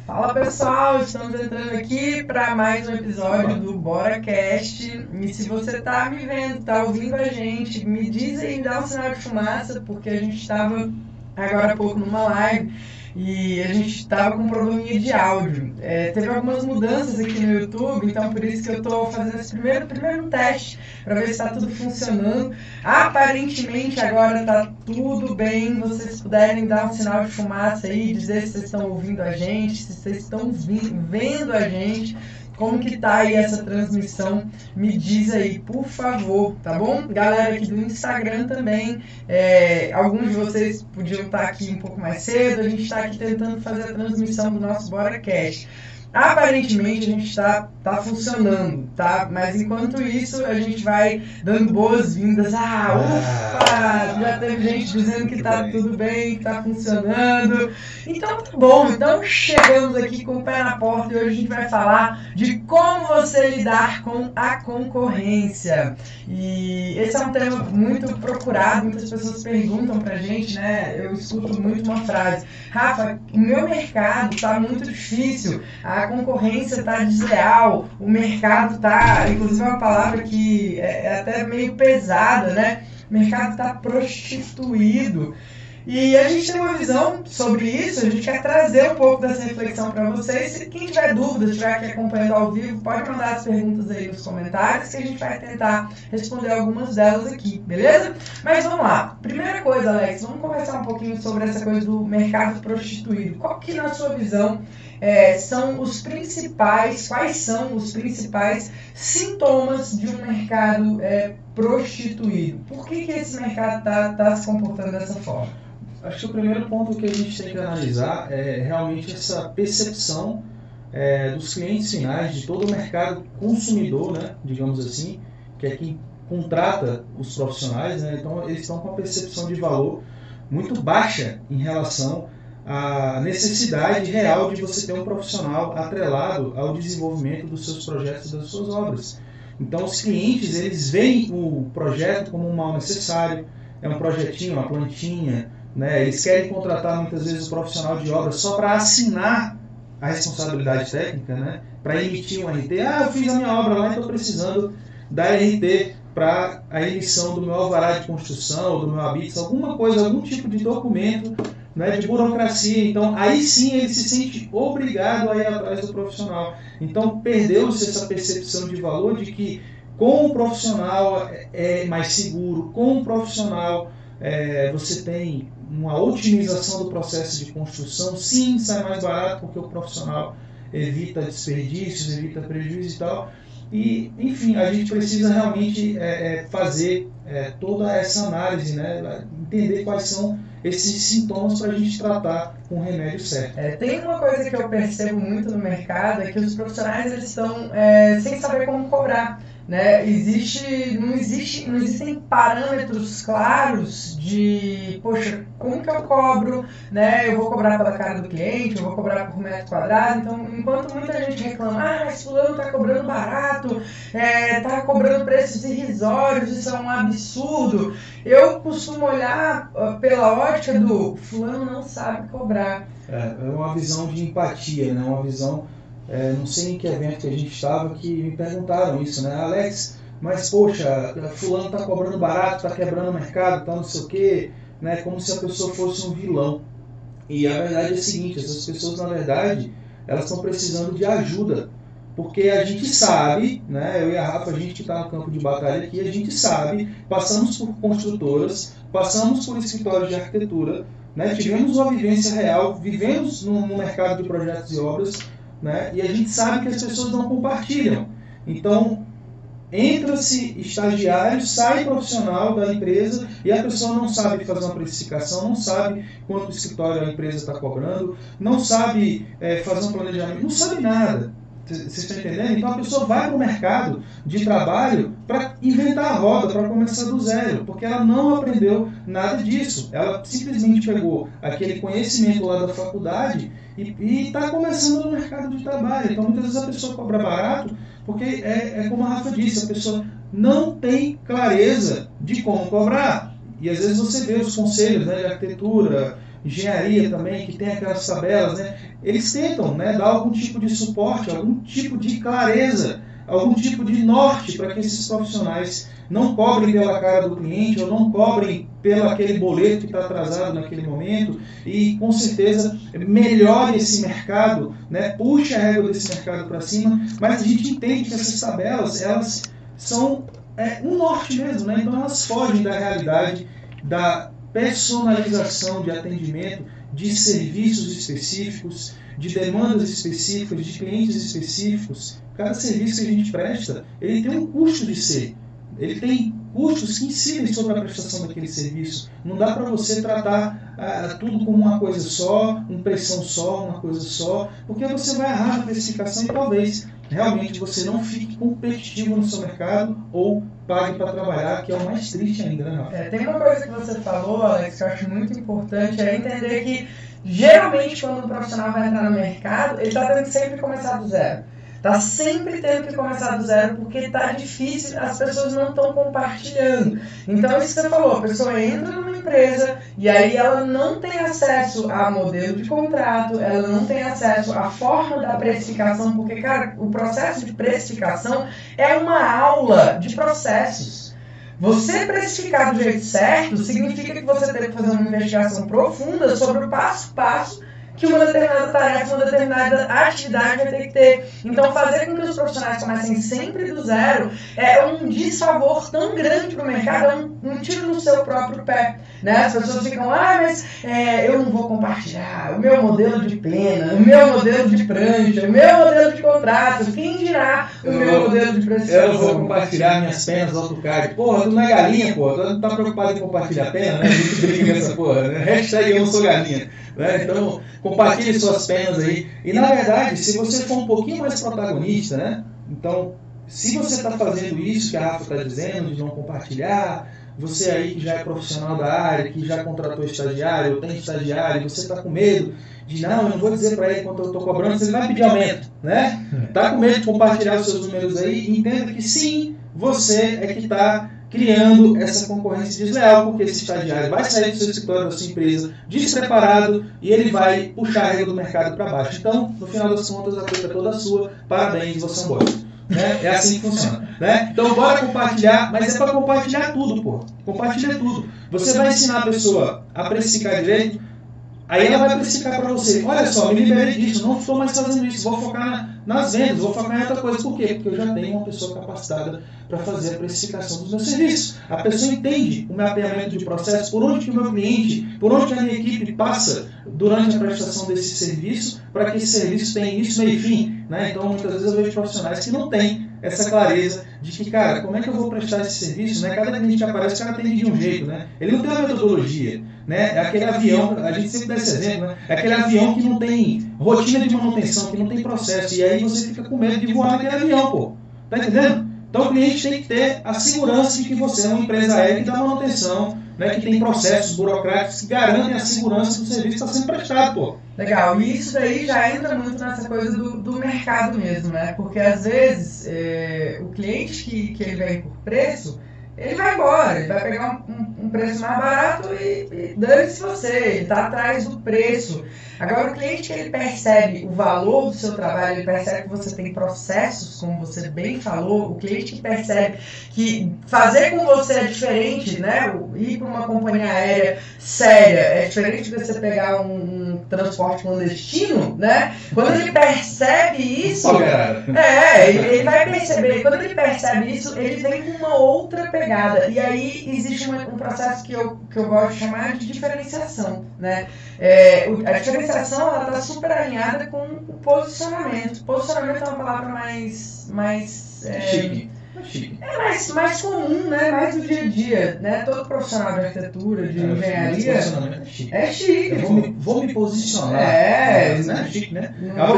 Fala pessoal, estamos entrando aqui para mais um episódio do BoraCast. E se você tá me vendo, tá ouvindo a gente, me diz aí, me dá um sinal de fumaça, porque a gente estava agora há pouco numa live e a gente estava com um probleminha de áudio. Teve algumas mudanças aqui no YouTube, então por isso que eu estou fazendo esse primeiro teste para ver se está tudo funcionando. Aparentemente agora está tudo bem. Vocês puderem dar um sinal de fumaça aí, dizer se vocês estão ouvindo a gente, se vocês estão vendo a gente. Como que tá aí essa transmissão? Me diz aí, por favor, tá bom? Galera aqui do Instagram também, alguns de vocês podiam estar aqui um pouco mais cedo, a gente está aqui tentando fazer a transmissão do nosso BoraCast. Aparentemente a gente está funcionando, tá? Mas enquanto isso a gente vai dando boas-vindas. Ufa! Já teve gente dizendo que tá tudo bem, que tá funcionando. Então tá bom, então chegamos aqui com o pé na porta e hoje a gente vai falar de como você lidar com a concorrência. E esse é um tema muito procurado, muitas pessoas perguntam pra gente, né? Eu escuto muito uma frase: Rafa, o meu mercado tá muito difícil, a concorrência está desleal, o mercado está, inclusive é uma palavra que é até meio pesada, né? O mercado está prostituído. E a gente tem uma visão sobre isso, a gente quer trazer um pouco dessa reflexão para vocês. Se quem tiver dúvidas, estiver aqui acompanhando ao vivo, pode mandar as perguntas aí nos comentários que a gente vai tentar responder algumas delas aqui, beleza? Mas vamos lá. Primeira coisa, Alex, vamos conversar um pouquinho sobre essa coisa do mercado prostituído. Qual que, na sua visão, quais são os principais sintomas de um mercado prostituído? Por que esse mercado está se comportando dessa forma? Acho que o primeiro ponto que a gente tem que analisar é realmente essa percepção dos clientes finais, de todo o mercado consumidor, né, digamos assim, que é quem contrata os profissionais, né, então eles estão com uma percepção de valor muito baixa em relação à necessidade real de você ter um profissional atrelado ao desenvolvimento dos seus projetos e das suas obras. Então os clientes, eles veem o projeto como um mal necessário, é um projetinho, uma plantinha, né? Eles querem contratar muitas vezes o profissional de obra só para assinar a responsabilidade técnica, né? Para emitir um RT. Eu fiz a minha obra lá e estou precisando da RT para a emissão do meu alvará de construção, do meu habite, alguma coisa, algum tipo de documento, né, de burocracia. Então aí sim ele se sente obrigado a ir atrás do profissional. Então perdeu-se essa percepção de valor de que com o profissional é mais seguro, com o profissional você tem uma otimização do processo de construção. Sim, sai mais barato porque o profissional evita desperdícios, evita prejuízo e tal. E, enfim, a gente precisa realmente fazer toda essa análise, né? Entender quais são esses sintomas para a gente tratar com o remédio certo. Tem uma coisa que eu percebo muito no mercado, é que os profissionais eles estão sem saber como cobrar. Né? Não existem parâmetros claros de, poxa, como que eu cobro, né? Eu vou cobrar pela cara do cliente, eu vou cobrar por metro quadrado. Então, enquanto muita gente reclama, mas fulano está cobrando barato, está cobrando preços irrisórios, isso é um absurdo, eu costumo olhar pela ótica do fulano não sabe cobrar. É uma visão de empatia, né? Uma visão... não sei em que evento que a gente estava que me perguntaram isso, né? Alex, mas poxa, fulano está cobrando barato, está quebrando o mercado, tá não sei o quê, né? Como se a pessoa fosse um vilão. E a verdade é a seguinte: essas pessoas, na verdade, elas estão precisando de ajuda, porque a gente sabe, né? Eu e a Rafa, a gente que está no campo de batalha aqui, a gente sabe, passamos por construtoras, passamos por escritórios de arquitetura, né? Tivemos uma vivência real, vivemos no mercado de projetos e obras, né? E a gente sabe que as pessoas não compartilham. Então, entra-se estagiário, sai profissional da empresa e a pessoa não sabe fazer uma precificação, não sabe quanto o escritório a empresa está cobrando, não sabe fazer um planejamento, não sabe nada. Vocês estão entendendo? Então a pessoa vai para o mercado de trabalho para inventar a roda, para começar do zero, porque ela não aprendeu nada disso. Ela simplesmente pegou aquele conhecimento lá da faculdade e está começando no mercado de trabalho. Então muitas vezes a pessoa cobra barato, porque como a Rafa disse, a pessoa não tem clareza de como cobrar. E às vezes você vê os conselhos, né, de arquitetura, engenharia também, que tem aquelas tabelas, né? Eles tentam, né, dar algum tipo de suporte, algum tipo de clareza, algum tipo de norte para que esses profissionais não cobrem pela cara do cliente ou não cobrem pelo aquele boleto que está atrasado naquele momento e, com certeza, melhore esse mercado, né? Puxe a régua desse mercado para cima, mas a gente entende que essas tabelas, elas são um norte mesmo, né? Então elas fogem da realidade da personalização de atendimento, de serviços específicos, de demandas específicas, de clientes específicos. Cada serviço que a gente presta, ele tem um custo de ser. Ele tem custos que incidem sobre a prestação daquele serviço. Não dá para você tratar tudo como uma coisa só, uma pressão só, uma coisa só, porque você vai errar na precificação e talvez realmente você não fique competitivo no seu mercado ou pague para trabalhar, que é o mais triste ainda, né, Rafa? Tem uma coisa que você falou, Alex, que eu acho muito importante, é entender que geralmente quando um profissional vai entrar no mercado, ele está tendo que sempre começar do zero. Está sempre tendo que começar do zero porque está difícil, as pessoas não estão compartilhando. Então, isso que você falou, a pessoa entra numa empresa e aí ela não tem acesso a modelo de contrato, ela não tem acesso à forma da precificação, porque, cara, o processo de precificação é uma aula de processos. Você precificar do jeito certo significa que você tem que fazer uma investigação profunda sobre o passo a passo que uma determinada tarefa, uma determinada atividade vai ter que ter. Então, fazer com que os profissionais comecem sempre do zero é um desfavor tão grande para o mercado, é um tiro no seu próprio pé. Né? As pessoas ficam, mas eu não vou compartilhar o meu modelo de pena, o meu modelo de prancha, o meu modelo de contrato, quem dirá o meu modelo de precificação? Eu não vou compartilhar minhas penas do AutoCAD. Porra, tu não é galinha, porra. Tu não tá preocupado em compartilhar pena, né? A gente brinca com essa porra, né? Hashtag eu não sou galinha. Né? Então, compartilhe suas penas aí. E, na verdade, se você for um pouquinho mais protagonista, né? Então, se você está fazendo isso que a Rafa está dizendo, de não compartilhar, você aí que já é profissional da área, que já contratou estagiário, ou tem estagiário, você está com medo de, não, eu não vou dizer para ele quanto eu estou cobrando, você vai pedir aumento, né? Está com medo de compartilhar os seus números aí, entenda que sim, você é que está criando essa concorrência desleal, porque esse estagiário vai sair do seu escritório, da sua empresa, despreparado, e ele vai puxar a régua do mercado para baixo. Então, no final das contas, a culpa é toda sua, parabéns, você é um bosta. Né? É assim que funciona. Né? Então, bora compartilhar, mas é para compartilhar tudo, pô. Compartilha tudo. Você vai ensinar a pessoa a precificar direito, aí ela vai precificar para você. Olha só, me liberei disso, não estou mais fazendo isso, vou focar nas vendas, vou focar em outra coisa. Por quê? Porque eu já tenho uma pessoa capacitada para fazer a precificação dos meus serviços. A pessoa entende o mapeamento de processo, por onde que o meu cliente, por onde que a minha equipe passa durante a prestação desse serviço, para que esse serviço tenha início, meio e fim. Né? Então, muitas vezes eu vejo profissionais que não têm essa clareza de que, cara, como é que eu vou prestar esse serviço? Né? Cada cliente que aparece, o cara atende de um jeito. Né? Ele não tem uma metodologia. Né? É aquele avião, a gente sempre dá esse exemplo, né? É aquele avião que não tem rotina de manutenção, que não tem processo. E aí você fica com medo de voar naquele avião, pô. Tá entendendo? Então o cliente tem que ter a segurança de que você é uma empresa aérea que dá manutenção, né, que tem processos burocráticos que garantem a segurança do serviço que está sendo prestado, pô. Legal, e isso daí já entra muito nessa coisa do mercado mesmo, né? Porque às vezes o cliente que ele vem por preço, ele vai embora, ele vai pegar um preço mais barato e dane-se você, ele está atrás do preço. Agora, o cliente que ele percebe o valor do seu trabalho, ele percebe que você tem processos, como você bem falou, o cliente que percebe que fazer com você é diferente, né? Ir para uma companhia aérea séria é diferente de você pegar um transporte clandestino, né? Quando ele percebe isso, ele vai perceber, quando ele percebe isso, ele vem com uma outra pegada. E aí existe um processo que eu gosto de chamar de diferenciação, né? A diferenciação ela está super alinhada com o posicionamento. Posicionamento é uma palavra mais chique. Mais comum, né? Mais do dia a dia, né? Todo profissional de arquitetura, de engenharia é chique. Eu vou me posicionar. Né? Chique, né?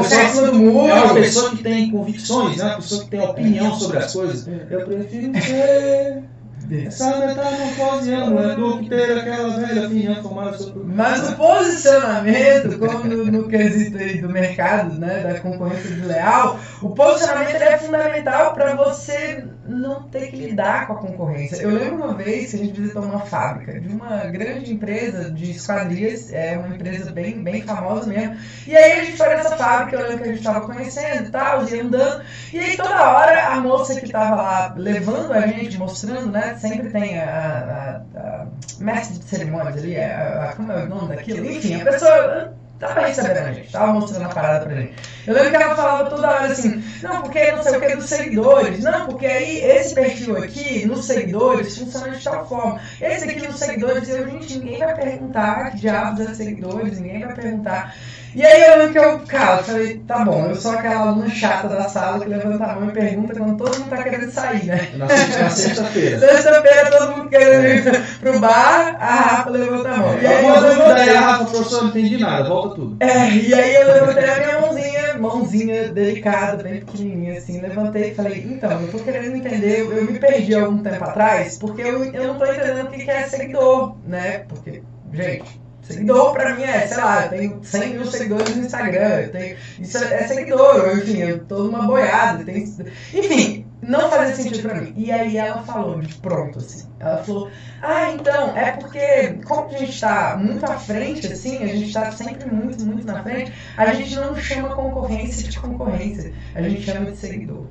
É uma pessoa que tem convicções, né? Uma pessoa que tem opinião sobre as coisas. Eu prefiro ser essa metamorfose do que ter aquela velha opinião formada sobre. Mas o posicionamento, como no quesito aí do mercado, né, da concorrência desleal, o posicionamento ele é fundamental para você não ter que lidar com a concorrência. Eu lembro uma vez que a gente visitou uma fábrica de uma grande empresa de esquadrias, é uma empresa bem famosa mesmo, e aí a gente foi nessa fábrica, eu lembro que a gente estava conhecendo e tal, ia andando, e aí toda hora a moça que estava lá levando a gente, mostrando, né, sempre tem a mestre de cerimônias ali, como é o nome daquilo? Enfim, a pessoa tava recebendo a gente, tava mostrando a parada pra gente. Eu lembro que ela falava toda hora assim, não, porque não sei o que dos seguidores, não, porque aí esse perfil aqui, nos seguidores, funciona de tal forma. Esse aqui nos seguidores, gente, ninguém vai perguntar que diabos é seguidores, ninguém vai perguntar. E aí eu lembro que eu falei, tá bom, eu sou aquela aluna chata da sala que levanta a mão e pergunta quando todo mundo tá querendo sair, né? Na sexta-feira. Sexta-feira todo mundo querendo ir pro bar, a Rafa levanta a mão. E aí eu levantei. A Rafa, professor, não entendi nada, volta tudo. E aí eu levantei a minha mãozinha delicada, bem pequenininha assim, levantei e falei, então, eu tô querendo entender, eu me perdi há algum tempo atrás, porque eu não tô entendendo o que é seguidor, né? Porque, gente, seguidor pra mim sei lá, eu tenho 100 mil seguidores no Instagram, isso é seguidor, enfim, eu tô numa boiada, enfim, não fazia sentido pra mim. E aí ela falou de pronto, assim, ela falou, então, é porque como a gente tá muito à frente, assim, a gente tá sempre muito na frente, a gente não chama concorrência de concorrência, a gente chama de seguidor.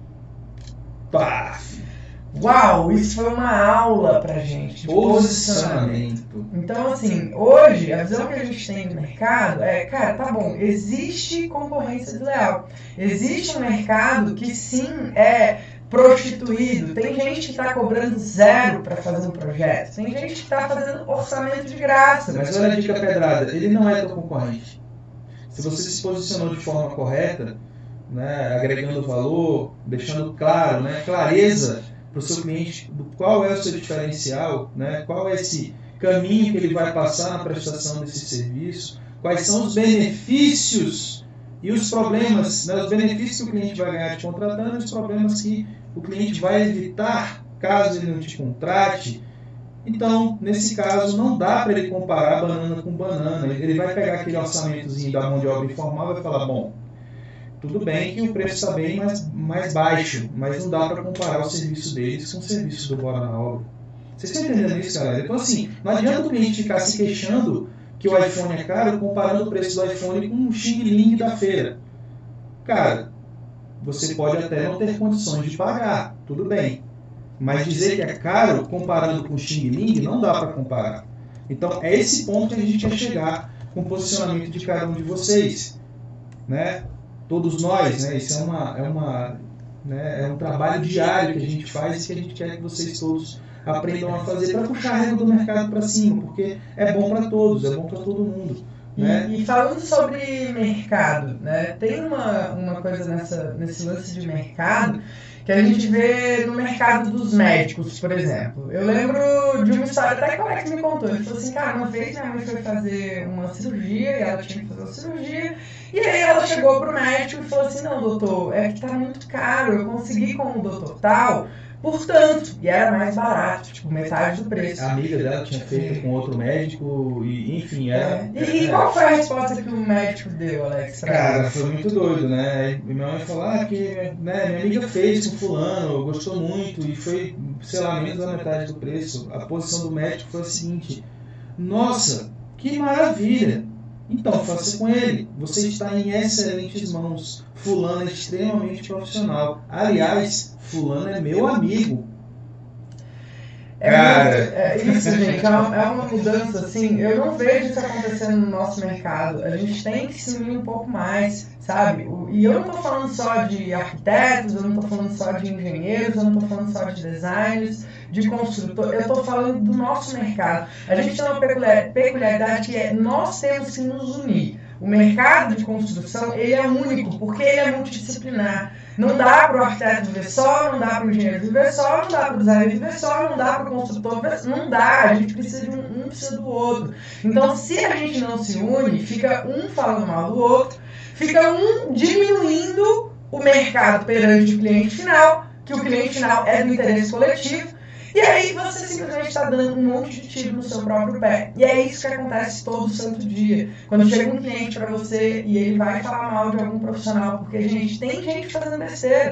Pá! Uau, isso foi uma aula pra gente de posicionamento. Então, assim, hoje, a visão que a gente tem do mercado cara, tá bom, existe concorrência desleal. Existe um mercado que sim é prostituído. Tem gente que está cobrando 0 para fazer um projeto. Tem gente que está fazendo orçamento de graça. Mas olha a dica pedrada, ele não é teu concorrente. Se você se posicionou de forma correta, né, agregando valor, deixando claro, né, clareza para o seu cliente do qual é o seu diferencial, né, qual é esse caminho que ele vai passar na prestação desse serviço, quais são os benefícios e os problemas, né, os benefícios que o cliente vai ganhar te contratando e os problemas que o cliente vai evitar caso ele não te contrate. Então, nesse caso, não dá para ele comparar banana com banana. Ele vai pegar aquele orçamentozinho da mão de obra informal e vai falar, bom, tudo bem que o preço está bem mais baixo, mas não dá para comparar o serviço deles com o serviço do Bora na Obra. Vocês estão entendendo isso, galera? Então, assim, não adianta o cliente ficar se queixando que o iPhone é caro, comparando o preço do iPhone com um Xing Ling da feira. Cara, você pode até não ter condições de pagar, tudo bem. Mas dizer que é caro, comparando com o Xing Ling, não dá para comparar. Então, é esse ponto que a gente quer chegar com o posicionamento de cada um de vocês, né? Todos nós, né? Isso é um trabalho diário que a gente faz e que a gente quer que vocês todos aprendam a fazer para puxar a régua do mercado para cima, porque é bom para todos, é bom para todo mundo. Né? E falando sobre mercado, né? Tem uma coisa nesse lance de mercado que a gente vê no mercado dos médicos, por exemplo. Eu lembro de uma história até que o Alex me contou. Ele falou assim, cara, uma vez minha mãe foi fazer uma cirurgia e ela tinha que fazer uma cirurgia. E aí ela chegou pro médico e falou assim, não, doutor, é que tá muito caro, eu consegui com o doutor tal, portanto, e era mais barato, tipo, metade do preço. A amiga dela tinha feito com outro médico, e enfim, era... E qual foi a resposta que o médico deu, Alex? Cara, foi muito doido, né? E minha mãe falou, que né, minha amiga fez com fulano, gostou muito, e foi, sei lá, menos da metade do preço. A posição do médico foi a seguinte, nossa, que maravilha! Então, faça com ele. Você está em excelentes mãos. Fulano é extremamente profissional. Aliás, fulano é meu amigo. Isso, gente, é uma mudança, assim, eu não vejo isso acontecendo no nosso mercado. A gente tem que se unir um pouco mais, sabe? E eu não estou falando só de arquitetos, eu não estou falando só de engenheiros, eu não estou falando só de designers, de construtor, eu estou falando do nosso mercado. A gente tem uma peculiaridade que é, nós temos que nos unir. O mercado de construção, ele é único, porque ele é multidisciplinar. Não dá para o arquiteto viver só, não dá para o engenheiro viver só, não dá para o designer viver só, não dá para o construtor viver só, não dá, a gente precisa de um precisa do outro. Então, se a gente não se une, fica um falando mal do outro, fica um diminuindo o mercado perante o cliente final, que o cliente final é do interesse coletivo, e aí você simplesmente está dando um monte de tiro no seu próprio pé. E é isso que acontece todo santo dia. Quando chega um cliente para você e ele vai falar mal de algum profissional, porque, gente, tem gente fazendo besteira.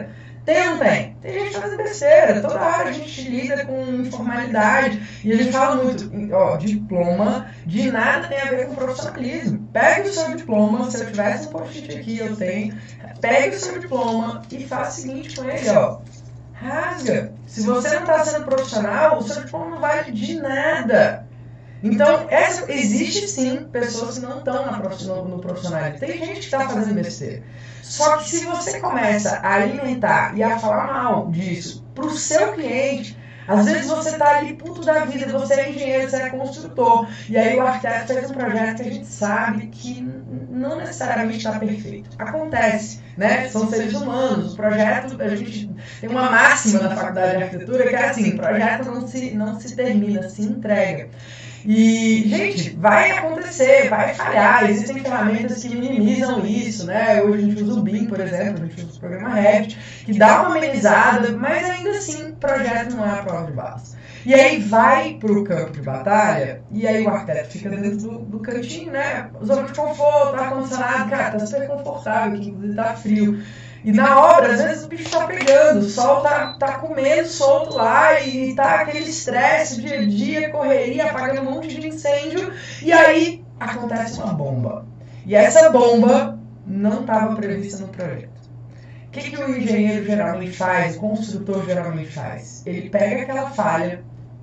Tem ou não tem? Tem gente fazendo besteira. Toda hora a gente lida com informalidade. E a gente fala muito, ó, diploma de nada tem a ver com profissionalismo. Pegue o seu diploma, se eu tivesse um post-it aqui, eu tenho. Pegue o seu diploma e faça o seguinte com ele, ó. Rasga. Se você não está sendo profissional, o seu diploma não vale de nada. Então, existe sim pessoas que não estão no profissional. Tem gente que está fazendo besteira. Só que se você começa a alimentar e a falar mal disso para o seu cliente, às vezes você está ali puto da vida, você é engenheiro, você é construtor, e aí o arquiteto fez um projeto que a gente sabe que não necessariamente está perfeito. Acontece, né? São seres humanos. O projeto, a gente tem uma máxima na faculdade de arquitetura que é assim, o projeto não se termina, se entrega. E, gente, vai acontecer, vai falhar, existem ferramentas que minimizam isso, né? Hoje a gente usa o BIM, por exemplo, a gente usa o programa Revit, que dá uma amenizada, mas ainda assim, o projeto não é a prova de balas. E aí vai para o campo de batalha, e aí o arquiteto fica dentro do cantinho, né? Zona de conforto, ar-condicionado, cara, tá super confortável aqui, inclusive tá frio. E na obra, às vezes o bicho tá pegando, o sol tá comendo solto lá e tá aquele estresse, dia a dia, correria, apagando um monte de incêndio, e aí acontece uma bomba. E essa bomba não estava prevista no projeto. O que o engenheiro geralmente faz, o construtor geralmente faz? Ele pega aquela falha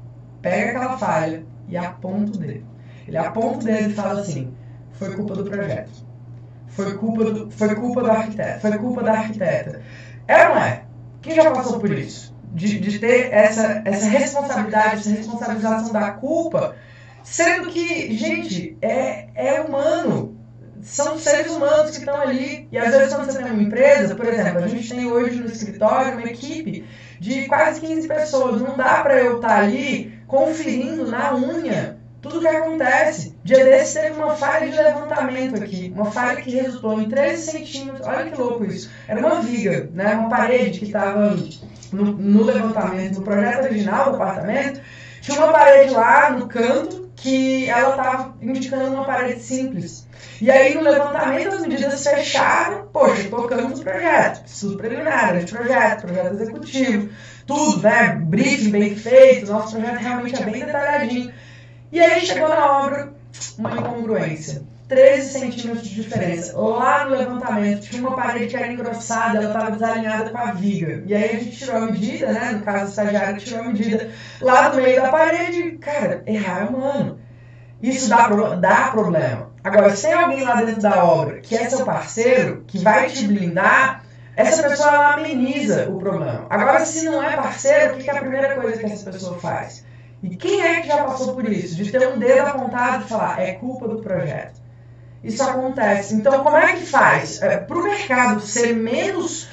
e aponta o dedo. Ele aponta o dedo e fala assim, foi culpa do projeto. Foi culpa do arquiteto, foi culpa da arquiteta. É ou não é? Quem já passou por isso? De ter essa responsabilidade, essa responsabilização da culpa, sendo que, gente, é humano. São seres humanos que estão ali. E às vezes quando você tem uma empresa, por exemplo, a gente tem hoje no escritório uma equipe de quase 15 pessoas. Não dá para eu estar ali conferindo na unha tudo que acontece. Dia desses teve uma falha de levantamento aqui, uma falha que resultou em 13 centímetros, olha que louco isso, era uma viga, né? Uma parede que estava no levantamento, no projeto original do apartamento, tinha uma parede lá no canto que ela estava indicando uma parede simples. E aí no levantamento as medidas fecharam, poxa, tocamos o projeto, estudo preliminar, de projeto executivo, tudo, né? Briefing bem feito, nosso projeto realmente é bem detalhadinho. E aí chegou na obra uma incongruência, 13 centímetros de diferença. Lá no levantamento tinha uma parede que era engrossada, ela estava desalinhada com a viga. E aí a gente tirou a medida, né? No caso, o estagiário tirou a medida lá do meio da parede. Cara, errar é humano. Isso dá problema. Agora, se tem alguém lá dentro da obra que é seu parceiro, que vai te blindar, essa pessoa ela ameniza o problema. Agora, se não é parceiro, o que é a primeira coisa que essa pessoa faz? E quem é que já passou por isso? De ter um dedo apontado e falar, é culpa do projeto. Isso acontece. Então, como é que faz? Para o mercado ser menos...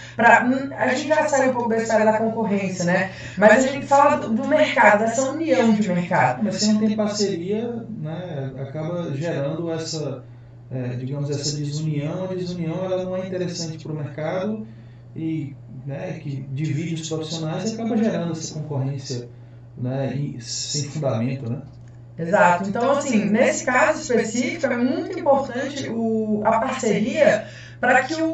a gente já saiu um pouco da história da concorrência, né? Mas a gente fala do mercado, dessa união de mercado. Mas se não tem parceria, né, acaba gerando essa, digamos, essa desunião. A desunião ela não é interessante para o mercado e, né, que divide os profissionais e acaba gerando essa concorrência, né, sem fundamento, né? Exato. Então, assim, nesse caso específico, é muito importante a parceria para que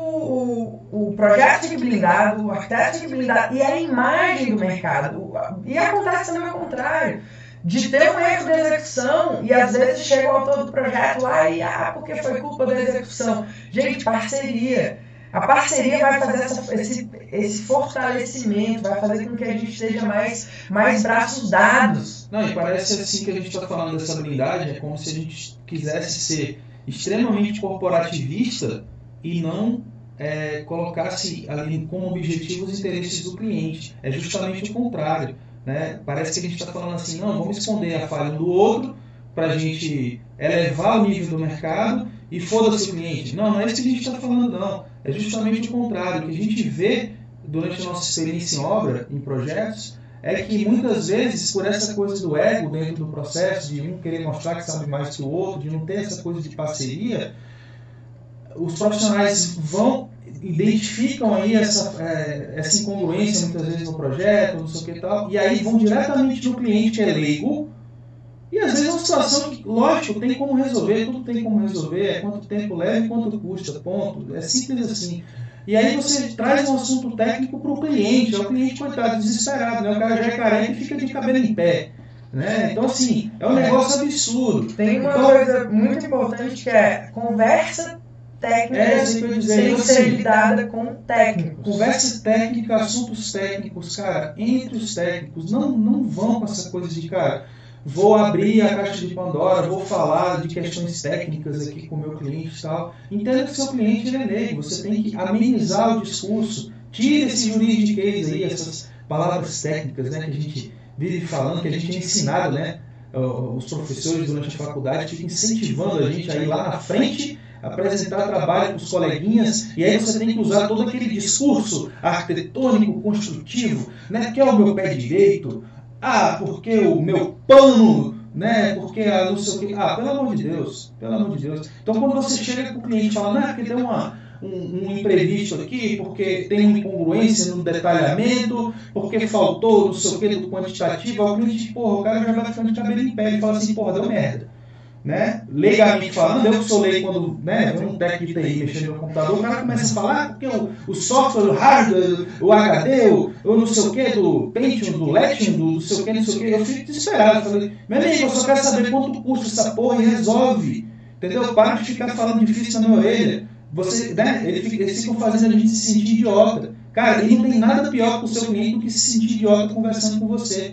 o projeto fique blindado, o arquiteto fique blindado e a imagem do mercado. E acontece também ao contrário, de ter um erro de execução e às vezes chega o autor do projeto lá e, porque foi culpa da execução. Gente, parceria. A parceria vai fazer esse fortalecimento, vai fazer com que a gente esteja mais braços dados. Não, e parece assim que a gente está falando dessa blindagem, é como se a gente quisesse ser extremamente corporativista e não colocasse ali como objetivo os interesses do cliente. É justamente o contrário, né? Parece que a gente está falando assim, não, vamos esconder a falha do outro para a gente elevar o nível do mercado e foda-se o cliente. Não é isso que a gente está falando, não. É justamente o contrário. O que a gente vê durante a nossa experiência em obra, em projetos, é que muitas vezes, por essa coisa do ego dentro do processo, de um querer mostrar que sabe mais que o outro, de não ter essa coisa de parceria, os profissionais identificam aí essa incongruência muitas vezes no projeto, não sei o que e tal, e aí vão diretamente no cliente que é leigo. E às vezes é uma situação que, lógico, tem como resolver, tudo tem como resolver, é quanto tempo leva e quanto custa, ponto. É simples assim. E aí você traz um assunto técnico para o cliente, é o cliente, coitado, desesperado, né? O cara já é careca e fica de cabelo em pé. Né? Então, assim, é um negócio absurdo. Tem uma coisa muito importante que é conversa técnica tem que ser lidada com técnicos. Conversa técnica, assuntos técnicos, cara, entre os técnicos, não vão com essa coisa de, cara, vou abrir a caixa de Pandora, vou falar de questões técnicas aqui com o meu cliente e tal. Entenda que o seu cliente ele é leigo, você tem que amenizar o discurso, tira esse juridiquês aí, essas palavras técnicas, né, que a gente vive falando, que a gente é ensinado, né, os professores durante a faculdade ficam incentivando a gente a ir lá na frente, apresentar trabalho para os coleguinhas, e aí você tem que usar todo aquele discurso arquitetônico, construtivo, né, porque é o meu pé direito, porque o meu pano, né, porque não sei o que, pelo amor de Deus, pelo amor de Deus. Então quando você chega com o cliente e fala, não, porque deu um imprevisto aqui, porque tem uma incongruência no detalhamento, porque faltou não sei o que do quantitativo, o cliente, o cara já vai ficando de cabelo em pé e fala assim, deu merda. Né? Legalmente falando, eu que sou leigo quando vem um técnico de TI mexendo no computador, o cara começa a falar porque o software, o hardware, o HD, o não sei o que, do Pentium, do Letium, do não sei o que, eu fico desesperado. Eu falei, meu amigo, eu só quero saber quanto custa essa porra e resolve. Entendeu? Para de ficar falando difícil na minha orelha. Você, né? Eles ficam fazendo a gente se sentir idiota. Cara, e não tem nada pior para o seu cliente do que se sentir idiota conversando com você.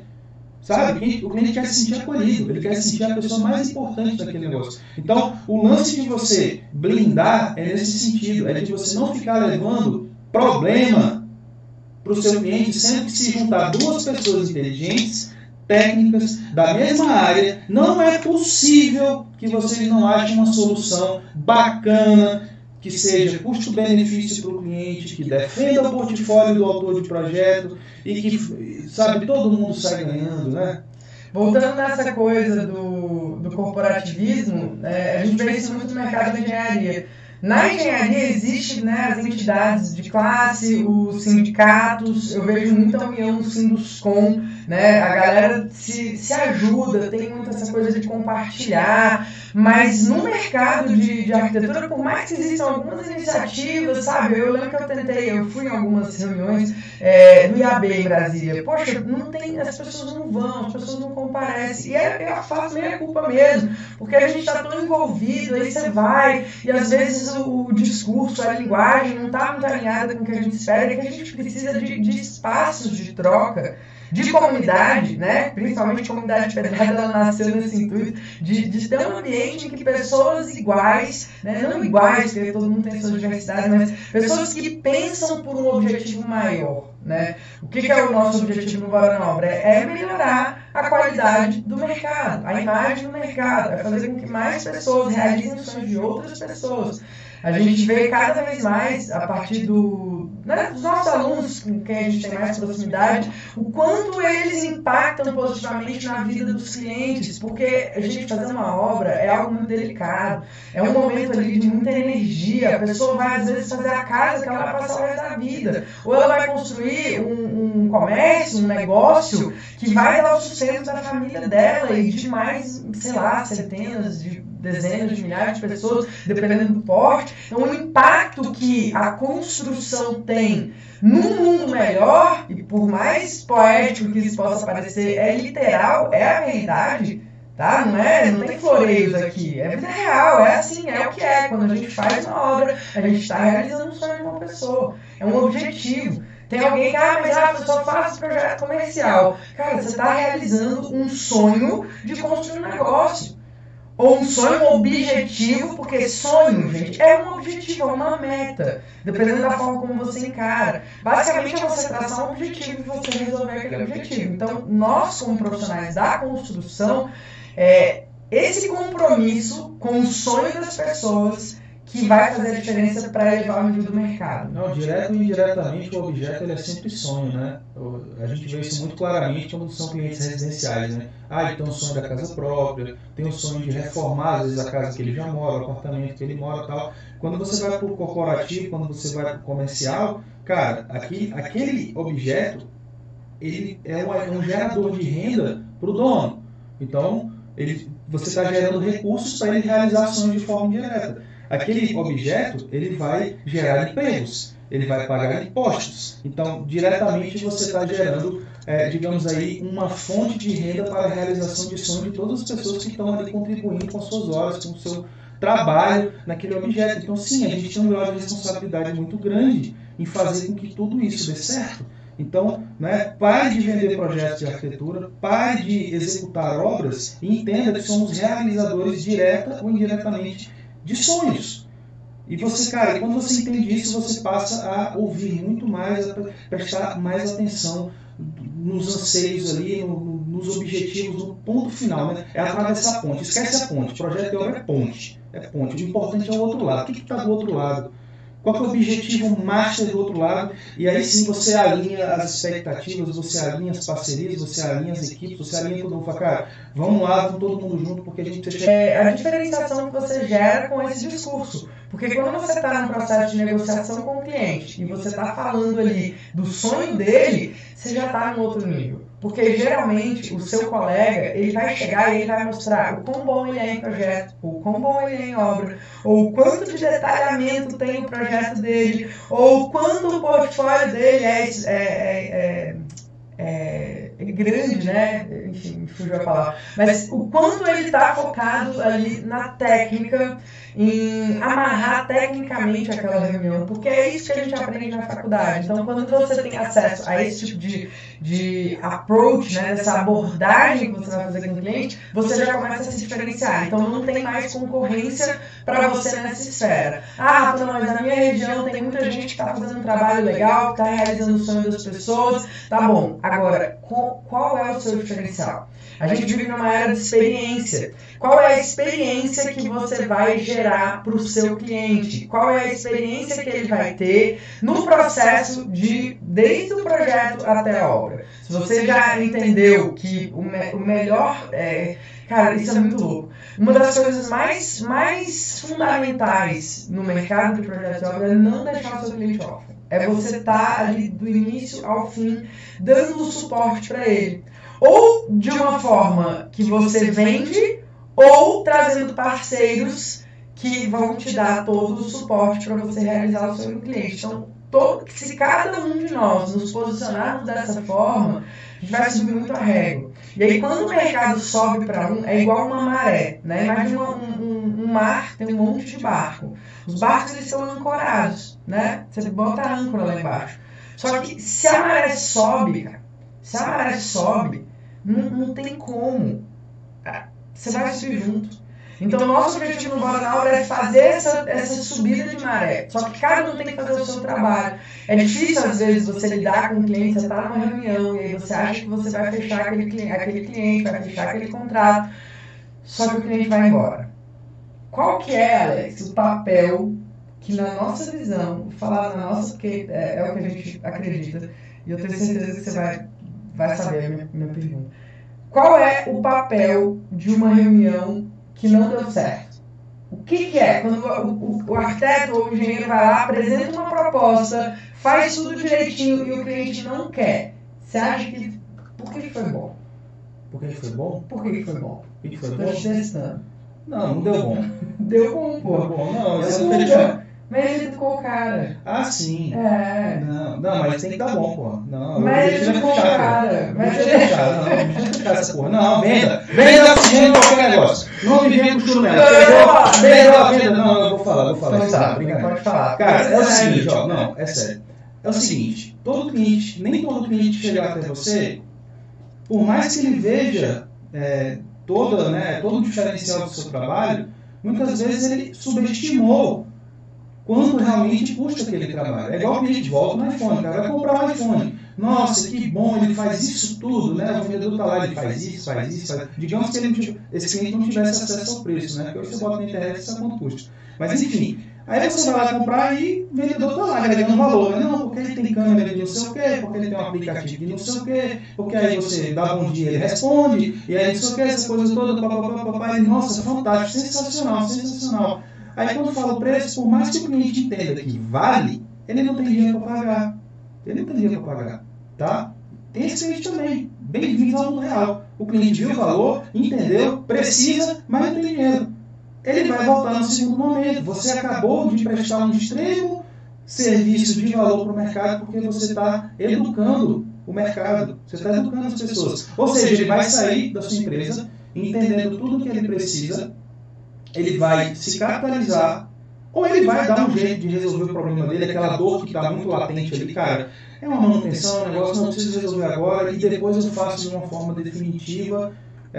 Sabe? O cliente quer se sentir acolhido, ele quer se sentir a pessoa mais importante daquele negócio. Então, o lance de você blindar é nesse sentido, é de você não ficar levando problema para o seu cliente, sempre que se juntar duas pessoas inteligentes, técnicas, da mesma área, não é possível que vocês não achem uma solução bacana, que seja custo-benefício para o cliente, que defenda o portfólio do autor de projeto e que, sabe, todo mundo sai ganhando, né? Voltando nessa coisa do corporativismo, a gente vê isso muito no mercado da engenharia. Na engenharia existe, né, as entidades de classe, os sindicatos, eu vejo muita união no Sinduscom, né, a galera se ajuda, tem muito essa coisa de compartilhar, mas no mercado de arquitetura, por mais que existam algumas iniciativas, sabe, eu lembro que eu fui em algumas reuniões do IAB em Brasília, poxa, não tem, as pessoas não vão, as pessoas não comparecem, e eu faço meia culpa mesmo, porque a gente está tão envolvido, aí você vai, e às vezes o discurso, a linguagem não está muito alinhada com o que a gente espera, e que a gente precisa de espaços de troca, de comunidade, né? Principalmente comunidade pedrada, ela nasceu nesse intuito de ter um ambiente em que pessoas iguais, né? Não iguais, porque todo mundo tem sua diversidade, mas pessoas que pensam por um objetivo maior, né? O que é o nosso objetivo no Bora na Obra? É melhorar a qualidade do mercado, a imagem do mercado, é fazer com que mais pessoas realizem os sonhos de outras pessoas. A gente vê cada vez mais, a partir dos nossos alunos, com quem a gente tem mais proximidade, o quanto eles impactam positivamente na vida dos clientes, porque a gente fazer uma obra é algo muito delicado, é um momento ali de muita energia, a pessoa vai às vezes fazer a casa que ela vai passar o resto da vida, ou ela vai construir um comércio, um negócio que vai dar o sustento da família dela e de mais, sei lá, centenas de dezenas de milhares de pessoas, dependendo do porte. Então, o impacto que a construção tem num mundo melhor, e por mais poético que isso possa parecer, é literal, é a realidade, tá? Não tem floreios aqui, é vida real, é assim, é o que é. Quando a gente faz uma obra, a gente está realizando um sonho de uma pessoa, é um objetivo. Tem alguém que, mas eu só faço projeto comercial. Cara, você está realizando um sonho de construir um negócio. Ou um sonho, um objetivo, porque sonho, gente, é um objetivo, é uma meta, dependendo da forma como você encara. Basicamente é você traçar um objetivo e você resolver aquele objetivo. Então, nós, como profissionais da construção, esse compromisso com o sonho das pessoas que vai fazer a diferença para elevar o nível do mercado. Não, direto ou indiretamente, o objeto ele é sempre sonho, né? A gente vê isso muito claramente quando são clientes residenciais, né? Ele tem o sonho da casa própria, tem o sonho de reformar, às vezes, a casa que ele já mora, o apartamento que ele mora e tal. Quando você vai para o corporativo, quando você vai para o comercial, cara, aquele objeto, ele é um gerador de renda para o dono. Então, você está gerando recursos para ele realizar ações de forma indireta. Aquele objeto, ele vai gerar empregos. Ele vai pagar impostos. Então, diretamente você está gerando, digamos aí, uma fonte de renda para a realização de sonho de todas as pessoas que estão ali contribuindo com suas horas, com o seu trabalho naquele objeto. Então, sim, a gente tem um grau de responsabilidade muito grande em fazer com que tudo isso dê certo. Então, né, pare de vender projetos de arquitetura, pare de executar obras e entenda que somos realizadores direta ou indiretamente de sonhos. E você, cara, quando você entende isso, você passa a ouvir muito mais, a prestar mais atenção nos anseios ali, nos objetivos, no ponto final, né? É atravessar a ponte. Esquece a ponte. O projeto de obra é ponte. É ponte. O importante é o outro lado. O que está do outro lado? Qual que é o objetivo master do outro lado? E aí sim você alinha as expectativas, você alinha as parcerias, você alinha as equipes, você alinha todo mundo. Fala, cara, vamos lá, vamos todo mundo junto, porque a gente precisa... A diferenciação que você gera com esse discurso. Porque quando você está num processo de negociação com o cliente e você está falando ali do sonho dele, você já está num outro nível. Porque geralmente o seu colega, ele vai chegar e ele vai mostrar o quão bom ele é em projeto, ou o quão bom ele é em obra, ou o quanto de detalhamento tem o projeto dele, ou o quanto o portfólio dele é grande, né? Enfim, fugiu a palavra. Mas o quanto ele está focado ali na técnica, em amarrar tecnicamente aquela reunião, porque é isso que a gente aprende na faculdade. Então, quando você tem acesso a esse tipo de approach, né, dessa abordagem que você vai fazer com o cliente, você já começa a se diferenciar. Então, não tem mais concorrência para você nessa esfera. Ah, não, mas na minha região tem muita gente que está fazendo um trabalho legal, que está realizando o sonho das pessoas. Tá bom, agora, qual é o seu diferencial? A gente vive numa era de experiência. Qual é a experiência que você vai gerar para o seu cliente? Qual é a experiência que ele vai ter no processo desde o projeto até a obra? Se você já entendeu que o melhor... cara, isso é muito louco. Uma das coisas mais fundamentais no mercado de projetos de obra é não deixar o seu cliente órfão. É você estar ali do início ao fim dando o suporte para ele. Ou de uma forma que você vende, ou trazendo parceiros que vão te dar todo o suporte para você realizar o seu cliente. Então, se cada um de nós nos posicionarmos dessa forma, a gente vai subir muito a régua. E aí, quando o mercado sobe para é igual uma maré, né? Imagina um mar, tem um monte de barco. Os barcos, eles são ancorados, né? Você bota a âncora lá embaixo. Só que se a maré sobe, cara, não tem como. Você vai subir junto. Então, o nosso objetivo no Bora na Obra é fazer essa subida de maré. Só que cada um tem que fazer o seu trabalho. É difícil, às vezes, você lidar com um cliente, você está numa reunião, e aí você acha que você vai fechar aquele cliente, vai fechar aquele contrato, só que o cliente vai embora. Qual que é, Alex, o papel que, na nossa visão, vou falar na nossa, porque é o que a gente acredita, e eu tenho certeza que você vai saber a minha pergunta. Qual é o papel de uma reunião que não deu certo? O que é? Quando o arquiteto ou o engenheiro vai lá, apresenta uma proposta, faz tudo direitinho e o cliente não quer. Você acha que... Por que foi bom? Por que foi bom? Por que foi bom? Por que foi bom? Tô te testando. Não deu bom. Deu bom, pô. Deu bom. Não, você não fechou. Mas ele educou o cara. Ah, sim. Não, mas tem que dar bom, pô. Não, mas ele educou o cara. Mas ele é fechar. Não fechar essa porra. Não, venda. Venda oxigênio qualquer negócio. Não me venha com instrumento. Venda. Não, eu vou falar. Tá, brincadeira. Pode falar. Cara, é o seguinte, ó. Não, é sério. É o seguinte. Nem todo cliente chegar até você, por mais que ele veja todo o diferencial do seu trabalho, muitas vezes ele subestimou quanto realmente custa aquele trabalho. É igual que a gente volta no iPhone, cara, vai comprar um iPhone. Nossa, que bom, ele faz isso tudo, né? O vendedor está lá, ele faz isso. Digamos que esse cliente não tivesse acesso ao preço, né? Porque você bota na internet e sabe quanto custa. Mas enfim, aí você vai lá comprar e o vendedor está lá agregando valor. Né? Não, porque ele tem câmera de não sei o quê, porque ele tem um aplicativo de não sei o quê, porque aí você dá bom dia, ele responde, e aí não sei o quê, essa coisa toda, papapá, nossa, fantástico, sensacional. Aí quando fala o preço, por mais que o cliente entenda que vale, ele não tem dinheiro para pagar. Tá? Tem esse cliente também. Bem-vindos ao mundo real. O cliente viu o valor, entendeu, precisa, mas não tem dinheiro. Ele vai voltar no segundo momento. Você acabou de prestar um extremo serviço de valor para o mercado, porque você está educando o mercado, você está educando as pessoas. Ou seja, ele vai sair da sua empresa entendendo tudo o que ele precisa, ele vai se capitalizar, ou ele vai dar um jeito de resolver o problema dele, aquela dor que está muito latente ali, cara, é uma manutenção, é um negócio, não preciso resolver agora, e depois eu faço de uma forma definitiva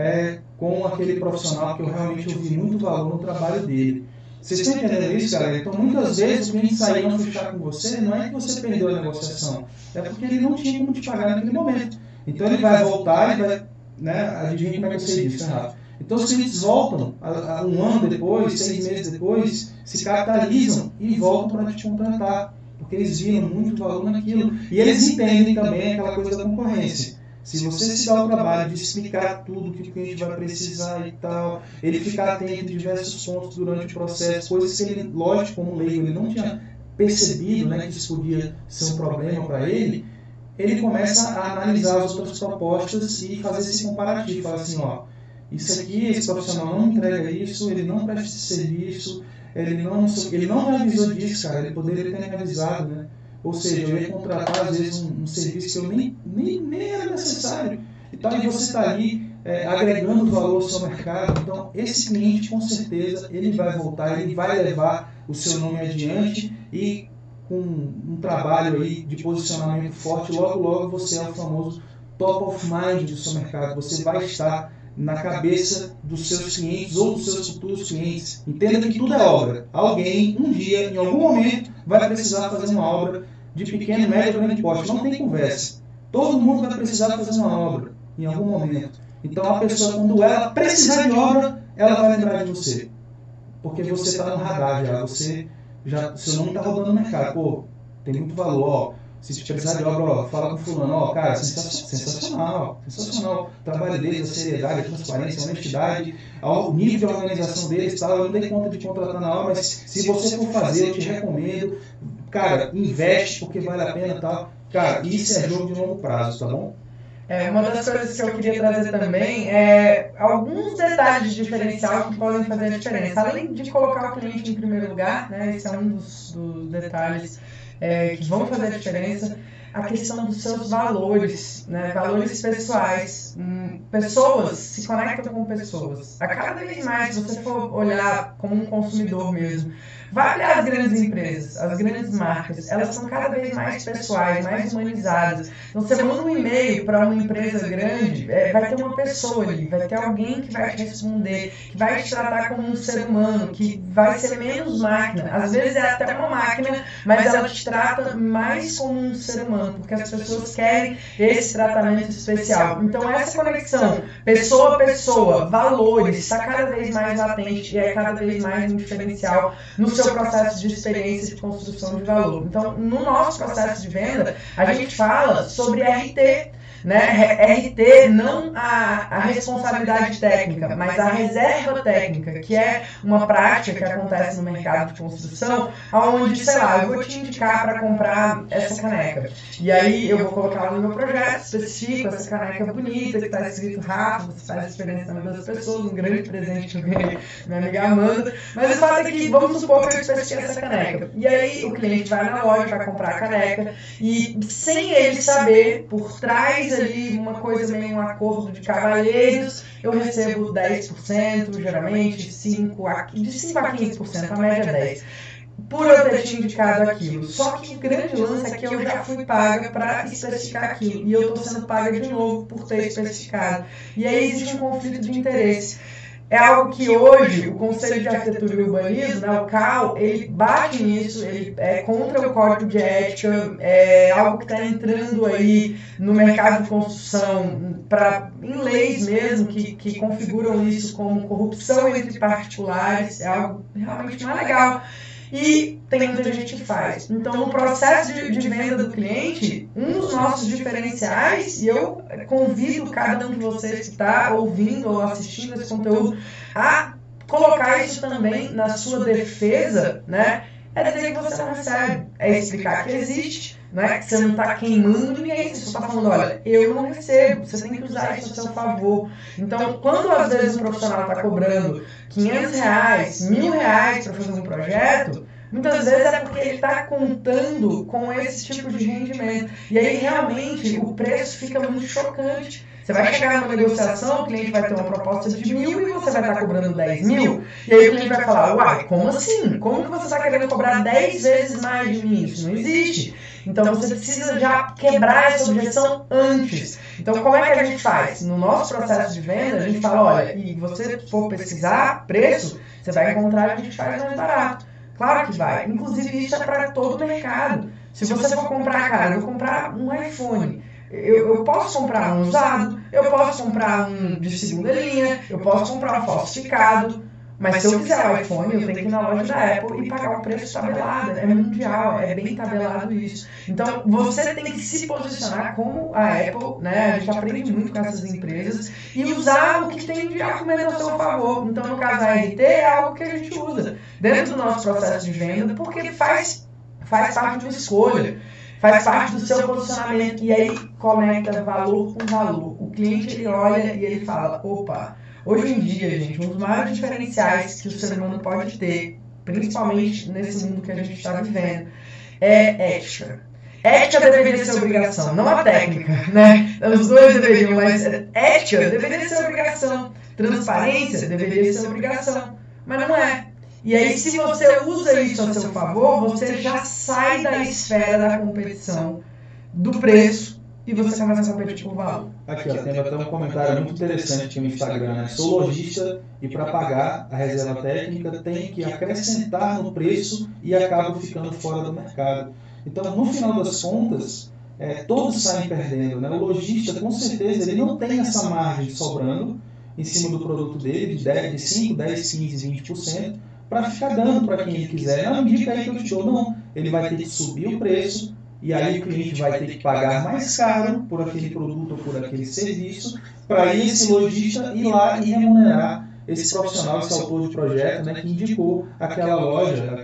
com aquele profissional que eu realmente vi muito valor no trabalho dele. Vocês estão entendendo isso, galera? Então, muitas vezes, o cliente sair e não fechar com você, não é que você perdeu a negociação, é porque ele não tinha como te pagar naquele momento. Então, ele vai voltar e vai, adivinha como é que eu sei disso, Rafa? Então, os clientes voltam um ano depois, 6 meses depois, se capitalizam e voltam para te contratar, porque eles viram muito valor naquilo. E eles entendem também aquela coisa da concorrência. Se você se dá o trabalho de explicar tudo que o cliente vai precisar e tal, ele ficar atento em diversos pontos durante o processo, coisas que ele, lógico, como leigo, ele não tinha percebido, que isso podia ser um problema para ele começa a analisar as outras propostas e fazer esse comparativo. Fala assim, ó, isso aqui, esse profissional não entrega isso, ele não presta esse serviço, ele não me avisou disso, cara, ele poderia ter me avisado, né? Ou seja, eu ia contratar, às vezes, um serviço que eu nem era necessário. Então, você está ali agregando valor ao seu mercado. Então, esse cliente, com certeza, ele vai voltar, ele vai levar o seu nome adiante e com um trabalho aí de posicionamento forte, logo você é o famoso top of mind do seu mercado. Você vai estar na cabeça dos seus clientes ou dos seus futuros clientes. Entenda que tudo é obra. Alguém, um dia, em algum momento, vai precisar fazer uma obra de pequeno, médio ou grande porte. Não tem conversa. Todo mundo vai precisar fazer uma obra em algum momento. Então, a pessoa, quando ela precisar de obra, ela vai lembrar de você. Porque você está no radar já. Seu nome está rodando no mercado. Pô, tem muito valor, ó. Se precisar de obra, fala com o fulano, ó, cara, sensacional. O trabalho deles, a seriedade, a transparência, a honestidade, o nível de organização deles, tal, eu não dei conta de contratar na hora, mas se você for fazer, eu te recomendo, cara, investe porque vale a pena, tal. Cara, isso é jogo de longo prazo, tá bom? Uma das coisas que eu queria trazer também é alguns detalhes de diferencial que podem fazer a diferença. Além de colocar o cliente em primeiro lugar, esse é um dos detalhes que vão fazer a diferença, a questão dos seus valores, valores pessoais. Pessoas se conectam com pessoas. A cada vez mais, se você for olhar como um consumidor mesmo, vai olhar as grandes empresas, as grandes marcas, elas são cada vez mais pessoais, mais humanizadas. Então, você manda um e-mail para uma empresa grande, vai ter uma pessoa ali, vai ter alguém que vai te responder, que vai te tratar como um ser humano, que vai ser menos máquina. Às vezes é até uma máquina, mas ela te trata mais como um ser humano, porque as pessoas querem esse tratamento especial. Então, essa conexão pessoa a pessoa, valores, está cada vez mais latente e é cada vez mais um diferencial no seu processo de experiência de construção de valor. Então, no nosso processo de venda, a gente fala sobre RT, RT, não a responsabilidade técnica, mas a reserva técnica, que é uma prática que acontece no mercado de construção, onde, sei lá, eu vou te indicar para comprar essa caneca. E aí eu vou colocar no meu projeto específico, essa caneca bonita, que está escrito Rafa, você faz a diferença na vida das pessoas, um grande presente que eu ganhei, minha amiga Amanda. Mas o fato é que, vamos supor que eu especifique essa caneca. E aí o cliente vai na loja, vai comprar a caneca, e sem ele saber, por trás ali uma coisa meio um acordo de cavalheiros, eu recebo 10%, geralmente de 5 a 15%, a média é 10%, por eu ter te indicado aquilo. Só que o grande lance é que eu já fui paga para especificar aquilo, e eu estou sendo paga de novo por ter especificado. E aí existe um conflito de interesse. É algo que hoje o Conselho de Arquitetura e Urbanismo, o CAU, ele bate nisso, ele é contra o Código de Ética, é algo que está entrando aí no mercado de construção, em leis mesmo, que configuram isso como corrupção entre particulares, é algo realmente não é legal. E tem muita gente que faz. Então, no processo de venda do cliente, um dos nossos diferenciais, e eu convido cada um de vocês que está ouvindo ou assistindo esse conteúdo a colocar isso também na sua defesa, é dizer que você não recebe, é explicar que existe, que você não está queimando ninguém, você só está falando, olha, eu não recebo, você tem que usar isso a seu favor. Então, quando às vezes um profissional está cobrando R$500, R$1.000 para fazer um projeto, Muitas vezes é porque ele está contando com esse tipo de rendimento. E aí, realmente, o preço fica muito chocante. Você vai chegar numa negociação, o cliente vai ter uma proposta de 1.000 e você vai estar cobrando 10.000. E aí o cliente vai falar, uai, como assim? Como que você está querendo cobrar 10 vezes mais de mim? Isso não existe. Então você precisa já quebrar essa objeção antes. Então como é que a gente faz? No nosso processo de venda, a gente fala, olha, e você for pesquisar preço, você vai encontrar, a gente faz mais barato. Claro que vai. Inclusive isso é para todo o mercado. Se você for comprar, cara, eu vou comprar um iPhone. Eu posso comprar um usado, eu posso comprar um de segunda linha, eu posso comprar um falsificado, mas se eu quiser o iPhone, eu tenho que ir na loja da Apple e pagar um preço tabelado. É mundial, é bem tabelado isso. Então, você tem que se posicionar como a Apple, né? A gente aprende muito com essas empresas e usar o que tem de argumento a seu favor. Então, no caso, a RT é algo que a gente usa dentro do nosso processo de venda, porque faz parte de uma escolha. Faz parte do seu posicionamento e aí conecta valor com valor. O cliente ele olha e ele fala, opa, hoje em dia, gente, um dos maiores diferenciais que o ser humano pode ter, principalmente nesse mundo que a gente está vivendo, é ética. Ética deveria ser obrigação, não a técnica, né? Os dois deveriam, mas ética deveria ser obrigação. Transparência deveria ser obrigação, mas não é. E aí, se você usa isso a seu favor, você já sai da esfera da competição do preço e você começa a competir por valor. Aqui, ó, tem até um comentário muito interessante aqui no Instagram, né? Sou lojista e para pagar a reserva técnica tenho que acrescentar no preço e acabo ficando fora do mercado. Então, no final das contas, todos saem perdendo, né? O lojista, com certeza, ele não tem essa margem sobrando em cima do produto dele de 5, 10, 15, 20%, para ficar dando para quem ele quiser. Não indica aí que eu te dou, não. Ele vai ter que subir o preço e aí o cliente vai ter que pagar mais caro por aquele produto ou por aquele serviço para esse lojista ir lá e remunerar esse profissional, esse autor de projeto, né, que indicou aquela loja,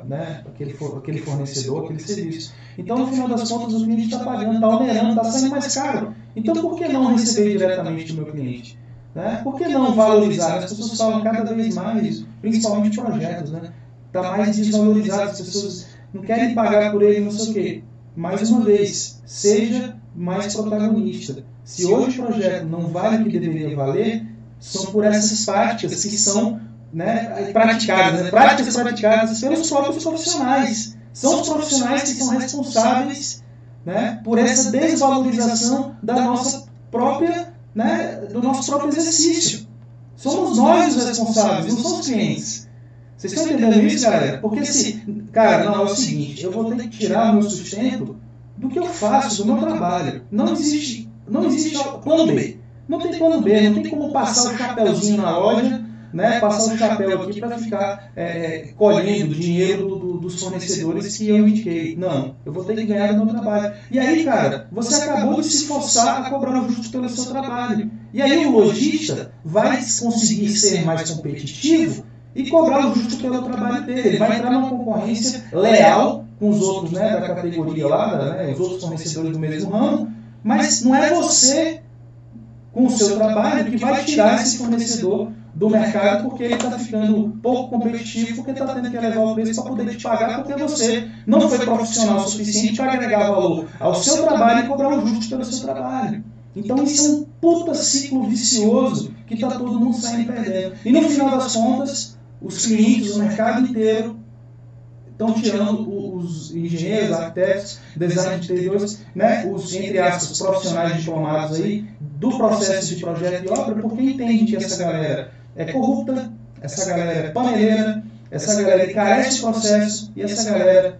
aquele fornecedor, aquele serviço. Então, no final das contas, o cliente está pagando, está onerando, está saindo mais caro. Então, por que não receber diretamente do meu cliente? Né? Por que não valorizar? As pessoas falam cada vez mais, principalmente projetos, né? Está mais desvalorizado, as pessoas não querem pagar por ele, não sei o quê. Mais uma vez, seja mais protagonista. Se hoje o projeto não vale o que deveria valer, são por essas práticas que são, né, praticadas, né? Práticas praticadas pelos próprios profissionais. São os profissionais que são responsáveis, né, por essa desvalorização da nossa própria, né, do nosso próprio exercício. Somos nós os responsáveis, não são os clientes. Vocês estão entendendo isso, galera? Porque cara, não, é o seguinte, eu vou ter que tirar o meu sustento do que eu faço, do meu trabalho. Não existe plano B. Não tem plano B, não tem como passar o chapéuzinho na loja, né, passar o chapéu aqui para ficar colhendo o dinheiro dos fornecedores que eu indiquei. Não, eu vou ter que ganhar do meu trabalho. E aí, cara, você acabou de se forçar a cobrar o justo pelo seu trabalho. E aí o lojista vai conseguir ser mais competitivo e cobrar o justo pelo trabalho dele. Ele vai entrar numa concorrência leal com os outros, né, da categoria lá, né, os outros fornecedores do mesmo ramo, mas não é você, com o seu trabalho, que vai tirar esse fornecedor do mercado porque ele está ficando pouco competitivo, porque está tendo que elevar o preço para poder te pagar, porque você não foi profissional o suficiente para agregar valor ao seu trabalho e cobrar o justo pelo seu trabalho. Então isso é um puta ciclo vicioso que está todo mundo saindo perdendo. E no final das contas, os clientes, o mercado inteiro, estão tirando os engenheiros, arquitetos, design de interiores, né, os, entre aspas, profissionais diplomados aí, do processo de projeto e obra, porque entende que essa galera é corrupta, essa galera é paneleira, essa galera carece de processo e essa galera,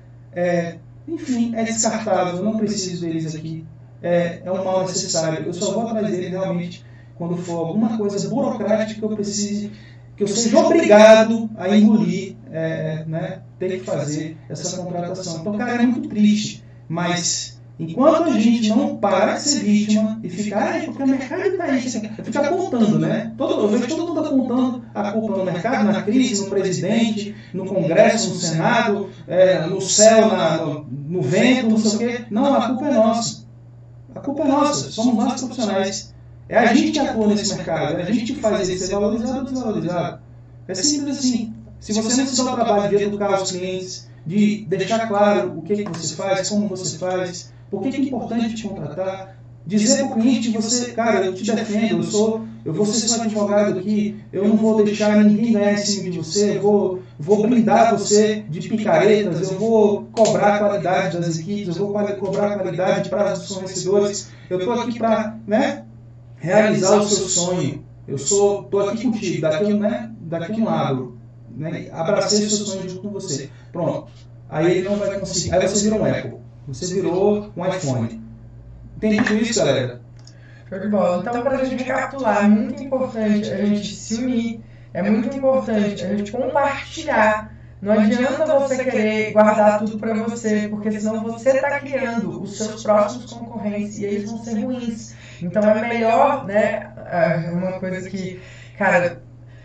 enfim, é descartável, eu não preciso deles aqui, é um mal necessário, eu só vou atrás deles realmente quando for alguma coisa burocrática que eu precise, que eu seja obrigado a engolir, né, ter que fazer essa contratação. Então, cara, é muito triste, mas enquanto a gente não para de ser vítima e ficar, porque o mercado está aí, fica apontando, né? Eu vejo todo mundo apontando a culpa no mercado, na crise, no presidente, no Congresso, no Senado, no céu, no vento, não sei o quê. Não, a culpa é nossa. A culpa é nossa, somos nós profissionais. É a gente que atua nesse mercado, é a gente que faz ele ser valorizado ou desvalorizado. É simples assim. Se você não se dá o trabalho de educar os clientes, de deixar claro o que você faz, como você faz, por que é importante te contratar, dizer para o cliente que você, cara, eu te defendo, eu vou ser seu advogado aqui, eu não vou deixar ninguém ganhar em cima de você, eu vou blindar você de picaretas, eu vou cobrar a qualidade das equipes, eu vou cobrar a qualidade de prazo dos fornecedores, eu estou aqui para, né, realizar o seu sonho, eu estou aqui contigo, daqui um abro, né, abracei o seu sonho junto com você. Pronto. Aí ele não vai conseguir, aí você virou um Apple, você virou um iPhone. Entende isso, galera? Show de bola. Então, para a gente recapitular, é muito importante a gente se unir, é muito importante a gente compartilhar. Não adianta você querer guardar tudo para você, porque senão você está criando os seus próximos concorrentes e eles vão ser ruins. Então, é melhor, né, uma coisa que, cara,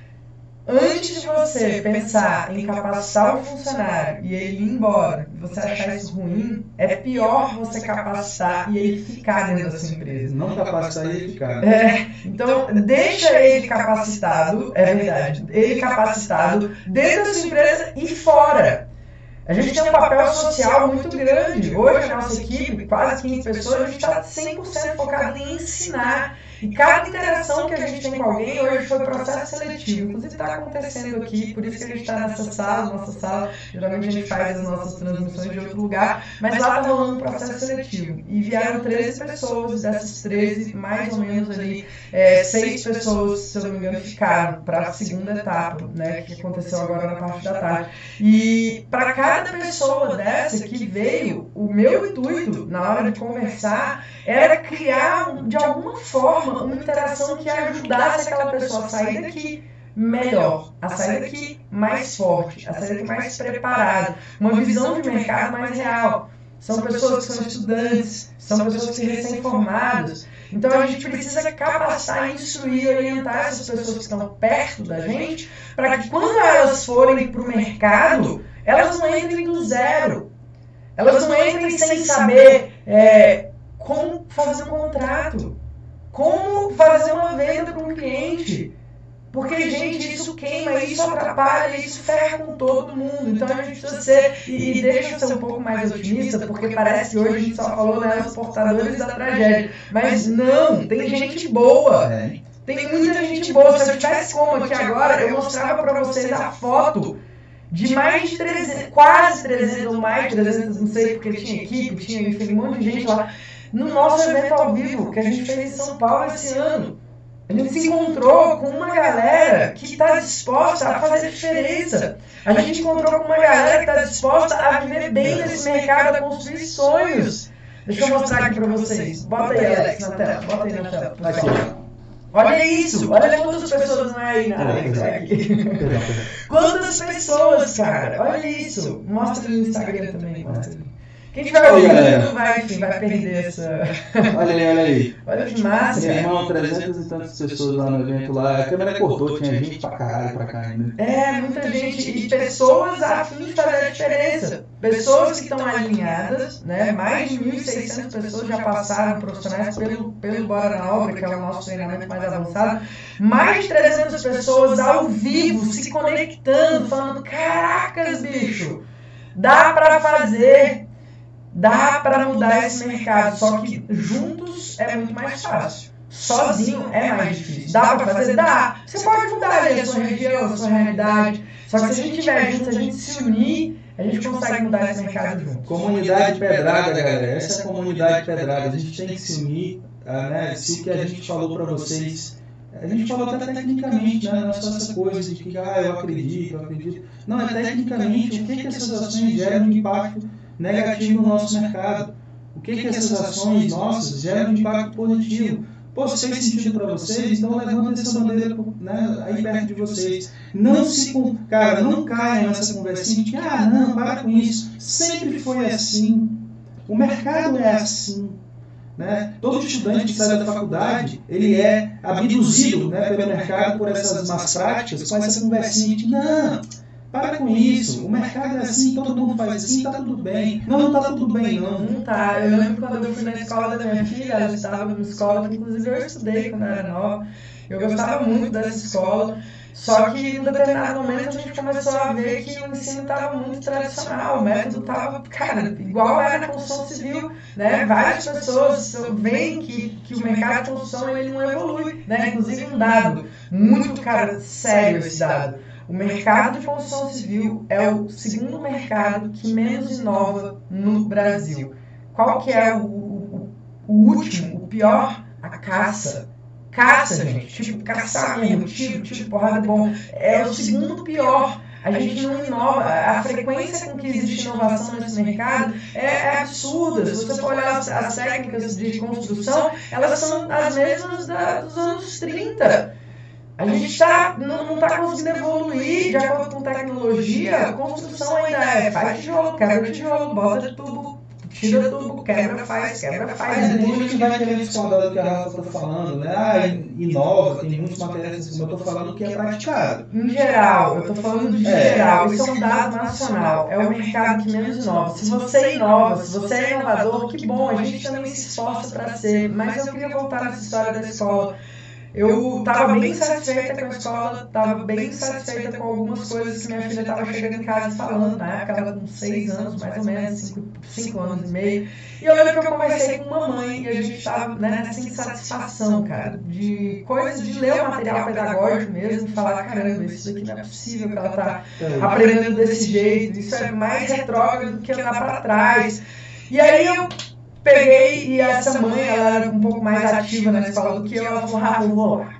antes de você pensar em capacitar o funcionário e ele ir embora, e você achar isso ruim, é pior você capacitar e ele ficar dentro da sua empresa. Não capacitar e ele ficar. Então, deixa ele capacitado, é verdade, ele capacitado dentro da sua empresa e fora. A gente tem um papel social muito grande. Hoje, a nossa equipe, quase 15 pessoas, a gente está 100% focado em ensinar. E cada interação que a gente tem com alguém hoje foi processo seletivo. Inclusive está acontecendo aqui, por isso que a gente está nessa sala, nossa sala. Geralmente a gente faz as nossas transmissões de outro lugar, mas lá está rolando um processo seletivo. E vieram 13 pessoas, dessas 13, mais ou menos ali, 6 pessoas, se eu não me engano, ficaram para a segunda etapa, né, que aconteceu agora na parte da tarde. E para cada pessoa dessa que veio, o meu intuito na hora de conversar era criar, de alguma forma, uma interação que ajudasse aquela pessoa a sair daqui melhor, a sair daqui mais forte, a sair daqui mais preparada, uma visão de mercado mais real. São pessoas que são estudantes, são pessoas que são recém-formadas. Então a gente precisa capacitar, instruir, orientar essas pessoas que estão perto da gente, para que quando elas forem para o mercado, elas não entrem do zero. Elas não entrem sem saber como fazer um contrato, como fazer uma venda para um cliente. Porque, gente, isso queima, isso atrapalha, isso ferra com todo mundo. Então a gente precisa ser, e deixa eu ser um pouco mais otimista, porque parece que hoje a gente só falou, né, os portadores da tragédia. Mas não, tem gente boa. Tem muita gente boa. Se eu tivesse como aqui agora, eu mostrava para vocês a foto de mais de 300, quase 300 ou mais de 300, não sei, porque tinha equipe, tinha enfim, um monte de gente lá, no nosso evento ao vivo, que a gente fez em São Paulo esse ano. A gente se encontrou com uma galera que está disposta a fazer diferença. A gente encontrou com uma galera que está disposta a viver bem nesse mercado, a construir sonhos. Deixa eu mostrar aqui para vocês. Bota aí, Alex, na tela. Bota aí na tela. Olha isso, olha quantas pessoas não é aí, Alex, aqui. Quantas pessoas, cara, olha isso. Mostra no Instagram também, mostra. Quem tiver ouvindo vai perder essa... Olha aí. Olha que massa, cara. Irmão, 300 e tantas pessoas lá no evento lá. A câmera cortou, tinha gente pra caralho pra cá ainda. Muita gente. E pessoas a fim de fazer a diferença. Pessoas que estão alinhadas, né? Mais de 1.600 pessoas já passaram profissionais pelo Bora na Obra, que é o nosso treinamento mais avançado. Mais de 300 pessoas ao vivo, se conectando, falando, caracas, bicho, dá pra fazer... Dá para mudar esse mercado, só que juntos é muito mais fácil. Sozinho é mais difícil. Dá para fazer? Dá. Você pode mudar ali a sua região, a sua realidade. Só que se a gente estiver junto, se a gente se unir, a gente consegue mudar esse mercado junto. Comunidade Pedrada, galera. Essa é a comunidade Pedrada. A gente tem que se unir, né? Se o que a gente falou para vocês... A gente falou até tecnicamente, né? Não é só essa coisa de que, eu acredito. Não, é tecnicamente o que essas ações geram de impacto negativo no nosso mercado. O que essas ações nossas geram de impacto positivo. Pô, se fez sentido para vocês, então levanta essa bandeira, né, aí perto de vocês. Não caia nessa conversinha de que, não, para com isso. Sempre foi assim. O mercado é assim. Né? Todo estudante que sai da faculdade, ele é abduzido, né, pelo mercado por essas más práticas, com essa conversinha de não, para com isso, o mercado é assim, todo mundo faz assim, tá tudo bem. Não tá tudo bem, não. Não tá. Eu lembro quando eu fui na escola da minha filha, ela estava numa escola que inclusive eu estudei quando eu era nova. Eu gostava muito dessa escola. Só que em um determinado momento a gente começou a ver que o ensino estava muito tradicional, o método estava, cara, igual era na construção civil, né? Várias pessoas veem que o mercado de construção ele não evolui, né? Inclusive um dado muito, cara, sério esse dado. O mercado de construção civil é o segundo mercado que menos inova no Brasil. Qual que é o último, o pior? A caça. Caça, gente. Tipo, caçar mesmo. Tiro, porrada bom. É o segundo pior. A gente não inova. A frequência com que existe inovação nesse mercado é absurda. Se você for olhar as técnicas de construção, elas são as mesmas dos anos 30. A gente não está conseguindo evoluir de acordo com tecnologia. A construção ainda faz tijolo, quebra tijolo, bota tubo, tira tubo, quebra, faz. Tem gente que vai querendo discordar do que a Rafa está falando, né? Inova, tem muitos materiais assim, mas eu estou falando que é praticado. Em geral, eu estou falando de geral, isso é um dado nacional, é o mercado que menos inova. Se você inova, se você é inovador, que bom, a gente também se esforça para ser, mas eu queria voltar nessa história da escola. Eu estava bem satisfeita com a escola, estava bem satisfeita com algumas coisas que minha filha estava chegando em casa falando, na época ela com 6 anos, mais ou menos, 5 anos e meio. E eu lembro que eu conversei com uma mãe e a gente estava nessa insatisfação, cara, de coisas de ler o material pedagógico mesmo, e falar, caramba, isso daqui não é possível que ela está aprendendo desse jeito, isso é mais retrógrado do que andar para trás. E aí eu peguei e essa mãe, ela era um pouco mais ativa na escola do que eu, ela falou, Rafa, eu vou lá.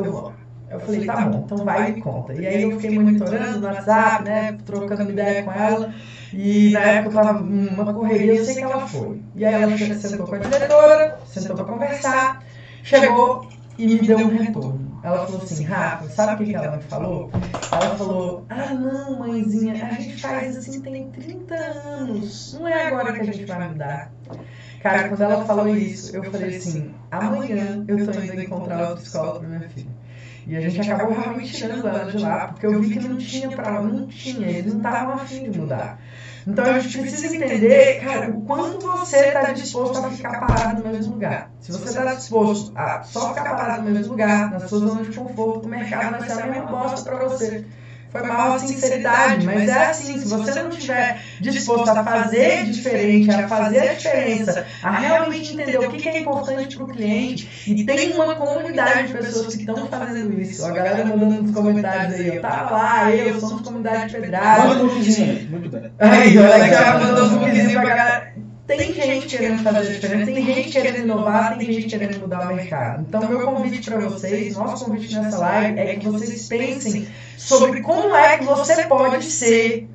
Eu falei, tá bom, então vai e me conta. E aí eu fiquei monitorando no WhatsApp, né, trocando ideia com ela, e na época eu tava numa correria, eu sei que ela foi. E aí ela sentou com a diretora, sentou pra conversar, chegou e me deu um retorno. Ela falou assim, Rafa, sabe o que ela me falou? Ela falou, não, mãezinha, a gente faz assim tem 30 anos, não é agora que a gente vai mudar. Cara, quando ela falou isso, eu falei assim, amanhã eu tô indo encontrar outra escola pra minha filha. E a gente acabou realmente tirando ela de lá, porque eu vi que não tinha pra ela, eles não estavam afim de mudar. Então a gente precisa entender, cara, o quanto você está disposto a ficar parado no mesmo lugar. Se você está disposto a só ficar parado no mesmo lugar, nas suas zonas de conforto, o mercado vai ser a mesma bosta para você. Foi mal a sinceridade, mas é assim, se você não estiver disposto a fazer diferente, a fazer a diferença, a realmente entender o que é importante para o cliente, e tem uma comunidade de pessoas que estão fazendo isso, a galera mandando nos comentários aí, eu tava lá, eu somos comunidade de pedrada. Manda um bookzinho, muito bem. Aí, olha aqui, mandou um bookzinho pra galera. Tem gente querendo fazer diferença, tem gente querendo inovar, tem gente querendo mudar o mercado. Então, meu convite para vocês, nosso convite nessa live, é que vocês pensem sobre como é que você pode ser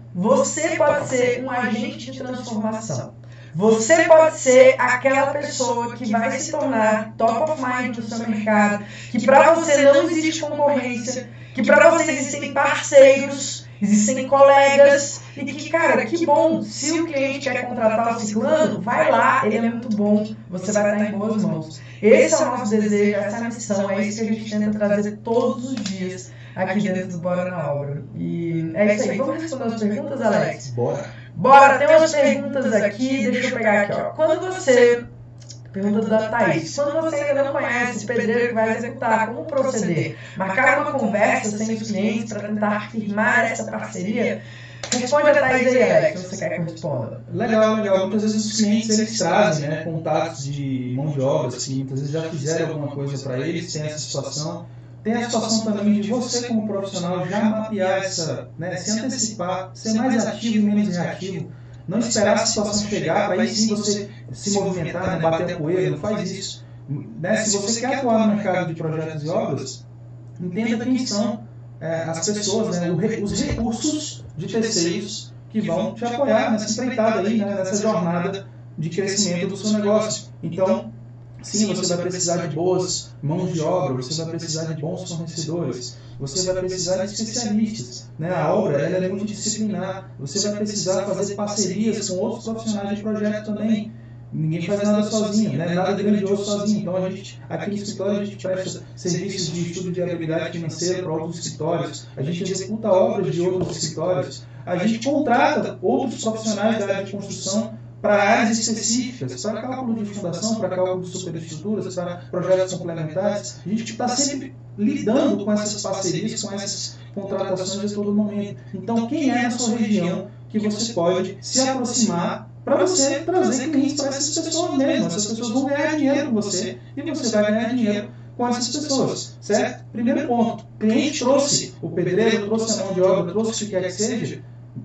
um agente de transformação. Você pode ser aquela pessoa que vai se tornar top of mind no seu mercado, que para você não existe concorrência, que para você existem parceiros, existem colegas, e que, cara, que bom, se o cliente quer contratar o ciclano, vai lá, ele é muito bom, você vai estar em boas mãos. Esse é o nosso desejo, essa é a missão, é isso que a gente tenta trazer todos os dias aqui dentro do Bora na Obra. E é isso aí, vamos responder as perguntas, Alex? Bora, tem umas perguntas aqui, deixa eu pegar aqui, ó. Quando você... Pergunta da Thaís. Quando você ainda não conhece o pedreiro que vai executar, como proceder? Marcar uma conversa sem os clientes para tentar firmar essa parceria? Responde a Thaís aí, Alex, se você quer que eu responda. Legal. Muitas vezes os clientes eles trazem, né, contatos de mão de obra, que muitas vezes já fizeram alguma coisa para eles, tem essa situação. Tem a situação também de você, como profissional, já mapear essa, né, se antecipar, ser mais ativo e menos reativo. Não esperar a situação chegar para aí sim você se movimentar, né, bater a poeira, não faz isso. Né? Se você quer atuar no mercado de projetos e obras, entenda quem são as pessoas, né, os recursos de terceiros que vão te apoiar nessa empreitada aí, né, nessa jornada de crescimento do seu negócio. Então, sim, você vai precisar de boas mãos de obra, você vai precisar de bons fornecedores, você vai precisar de especialistas. Né? A obra ela é multidisciplinar, você vai precisar fazer parcerias com outros profissionais de projeto também. Ninguém faz nada sozinho, né? Nada grandioso sozinho. Então, aqui no escritório, a gente presta serviços de estudo de viabilidade financeira para outros escritórios, a gente executa obras de outros escritórios, a gente contrata outros profissionais da área de construção para áreas específicas, para cálculo de fundação, para cálculo de superestruturas, para projetos complementares. A gente está sempre lidando com essas parcerias, com essas contratações a todo momento. Então, quem é na sua região que você pode se aproximar para você trazer clientes para essas pessoas mesmo? Essas pessoas vão ganhar dinheiro com você e você vai ganhar dinheiro com essas pessoas, certo? Primeiro ponto, o cliente trouxe o pedreiro, trouxe a mão de obra, trouxe o que quer que seja,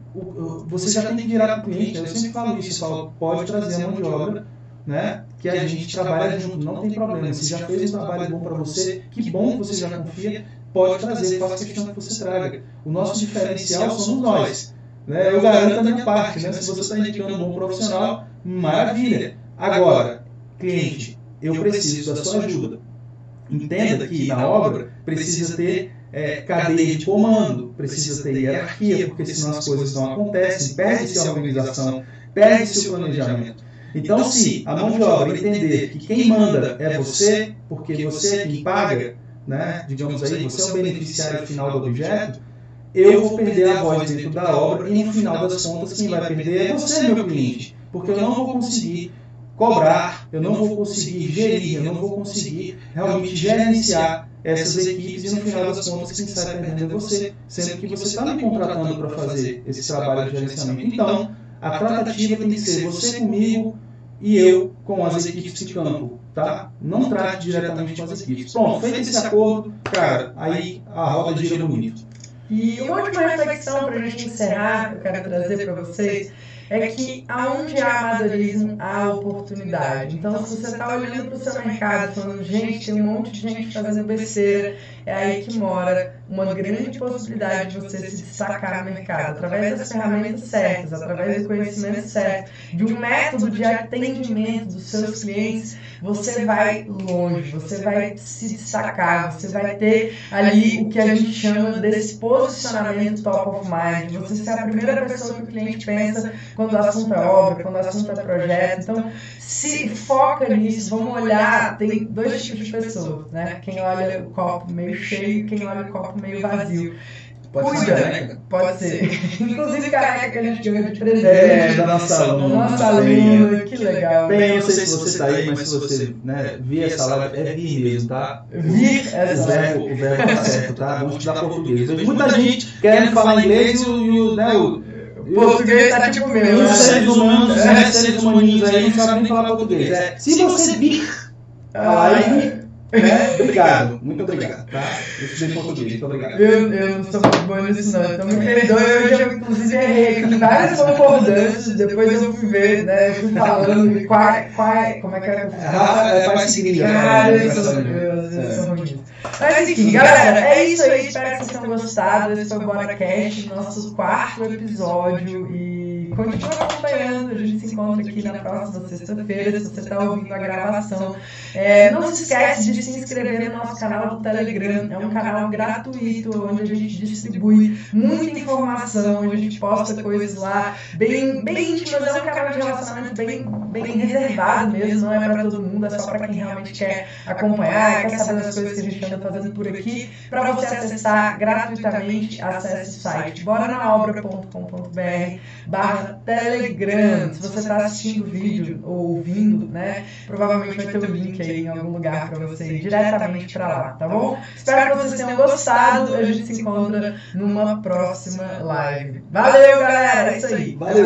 você já tem que virar para o cliente. Eu sempre falo isso, eu falo, pode trazer a mão de obra, né, que a gente trabalha junto, não tem problema. Se já fez um trabalho bom para você, que bom que você já confia, pode trazer, faça questão que você traga. O nosso diferencial somos nós, né? Eu garanto a minha parte, né? Se você está indicando um bom profissional, maravilha. Agora, cliente, eu preciso da sua ajuda. Entenda que na obra precisa ter cadeia de comando, precisa ter hierarquia, porque senão as coisas não acontecem, perde-se a organização, perde-se o planejamento. Então, se a mão de obra entender que quem manda é você, porque você é quem paga, né, digamos aí, você é o beneficiário final do objeto, eu vou perder a voz dentro da obra e no final das contas quem vai perder é você, meu cliente, porque eu não vou conseguir cobrar, eu não vou conseguir gerir, eu não vou conseguir realmente gerenciar essas equipes e no final das contas quem sai perdendo é você, sendo que você está me contratando para fazer esse trabalho de gerenciamento. Então, a tratativa tem que ser você comigo e eu com as equipes de campo, tá? Não trate diretamente com as equipes. Pronto, feito esse acordo, cara, aí a roda gira bonito. E uma última reflexão para a gente encerrar, que eu quero trazer para vocês, é que aonde há amadorismo, há oportunidade. Então, se você está olhando para o seu mercado, falando, gente, tem um monte de gente fazendo besteira, é aí que mora uma grande possibilidade de você se destacar no mercado, através das ferramentas certas, através do conhecimento certo, de um método de atendimento dos seus clientes, você vai longe, você vai se destacar, você vai ter ali o que a gente chama desse posicionamento top of mind, você ser a primeira pessoa que o cliente pensa quando o assunto é obra, quando o assunto é projeto. Então, se foca nisso, vamos olhar, tem dois tipos de pessoas, né? Quem olha o copo meio cheio e quem olha o copo meio vazio. Pode ser caneca? Pode ser. Inclusive caneca que a gente ganhou de presente. Da nossa aluna. Da nossa aluna, que legal. Bem, eu não sei se você está aí, mas se você vir essa live, é vir mesmo, tá? Vir essa live. O verbo tá certo, tá? Vamos estudar português. Tem muita gente querendo falar inglês e o português tá tipo meu, né? Os seres humanos, seres humaninhos aí não sabem nem falar português. Se você vir a live, obrigado, muito obrigado, tá? Eu estudei português, muito obrigado. Eu não sou muito bom nisso não, então me perdoe, eu já inclusive errei aqui várias concordâncias, depois eu fui ver, né, eu fui falando, como é que era? Parece gringa. Eu sou ruim. Mas enfim, galera, é isso aí, espero que vocês tenham gostado, esse foi o BoraCast, nosso 4º episódio, e continua acompanhando, a gente se encontra aqui na próxima sexta-feira, se você está ouvindo a gravação. Não se esquece de se inscrever no nosso canal do Telegram, é um canal gratuito, onde a gente distribui muita informação, onde a gente posta coisas lá bem íntimas, é um canal de relacionamento bem reservado mesmo, não é para todo mundo, é só para quem realmente quer acompanhar, quer saber das coisas que a gente anda fazendo por aqui. Para você acessar gratuitamente, acesse o site boranaobra.com.br/Telegram. Se você está assistindo o vídeo ou ouvindo, né, provavelmente vai ter o link aí em algum lugar para você ir diretamente para lá, tá bom? Espero que vocês tenham gostado. A gente se encontra numa próxima live. Valeu, galera! É isso aí! Valeu!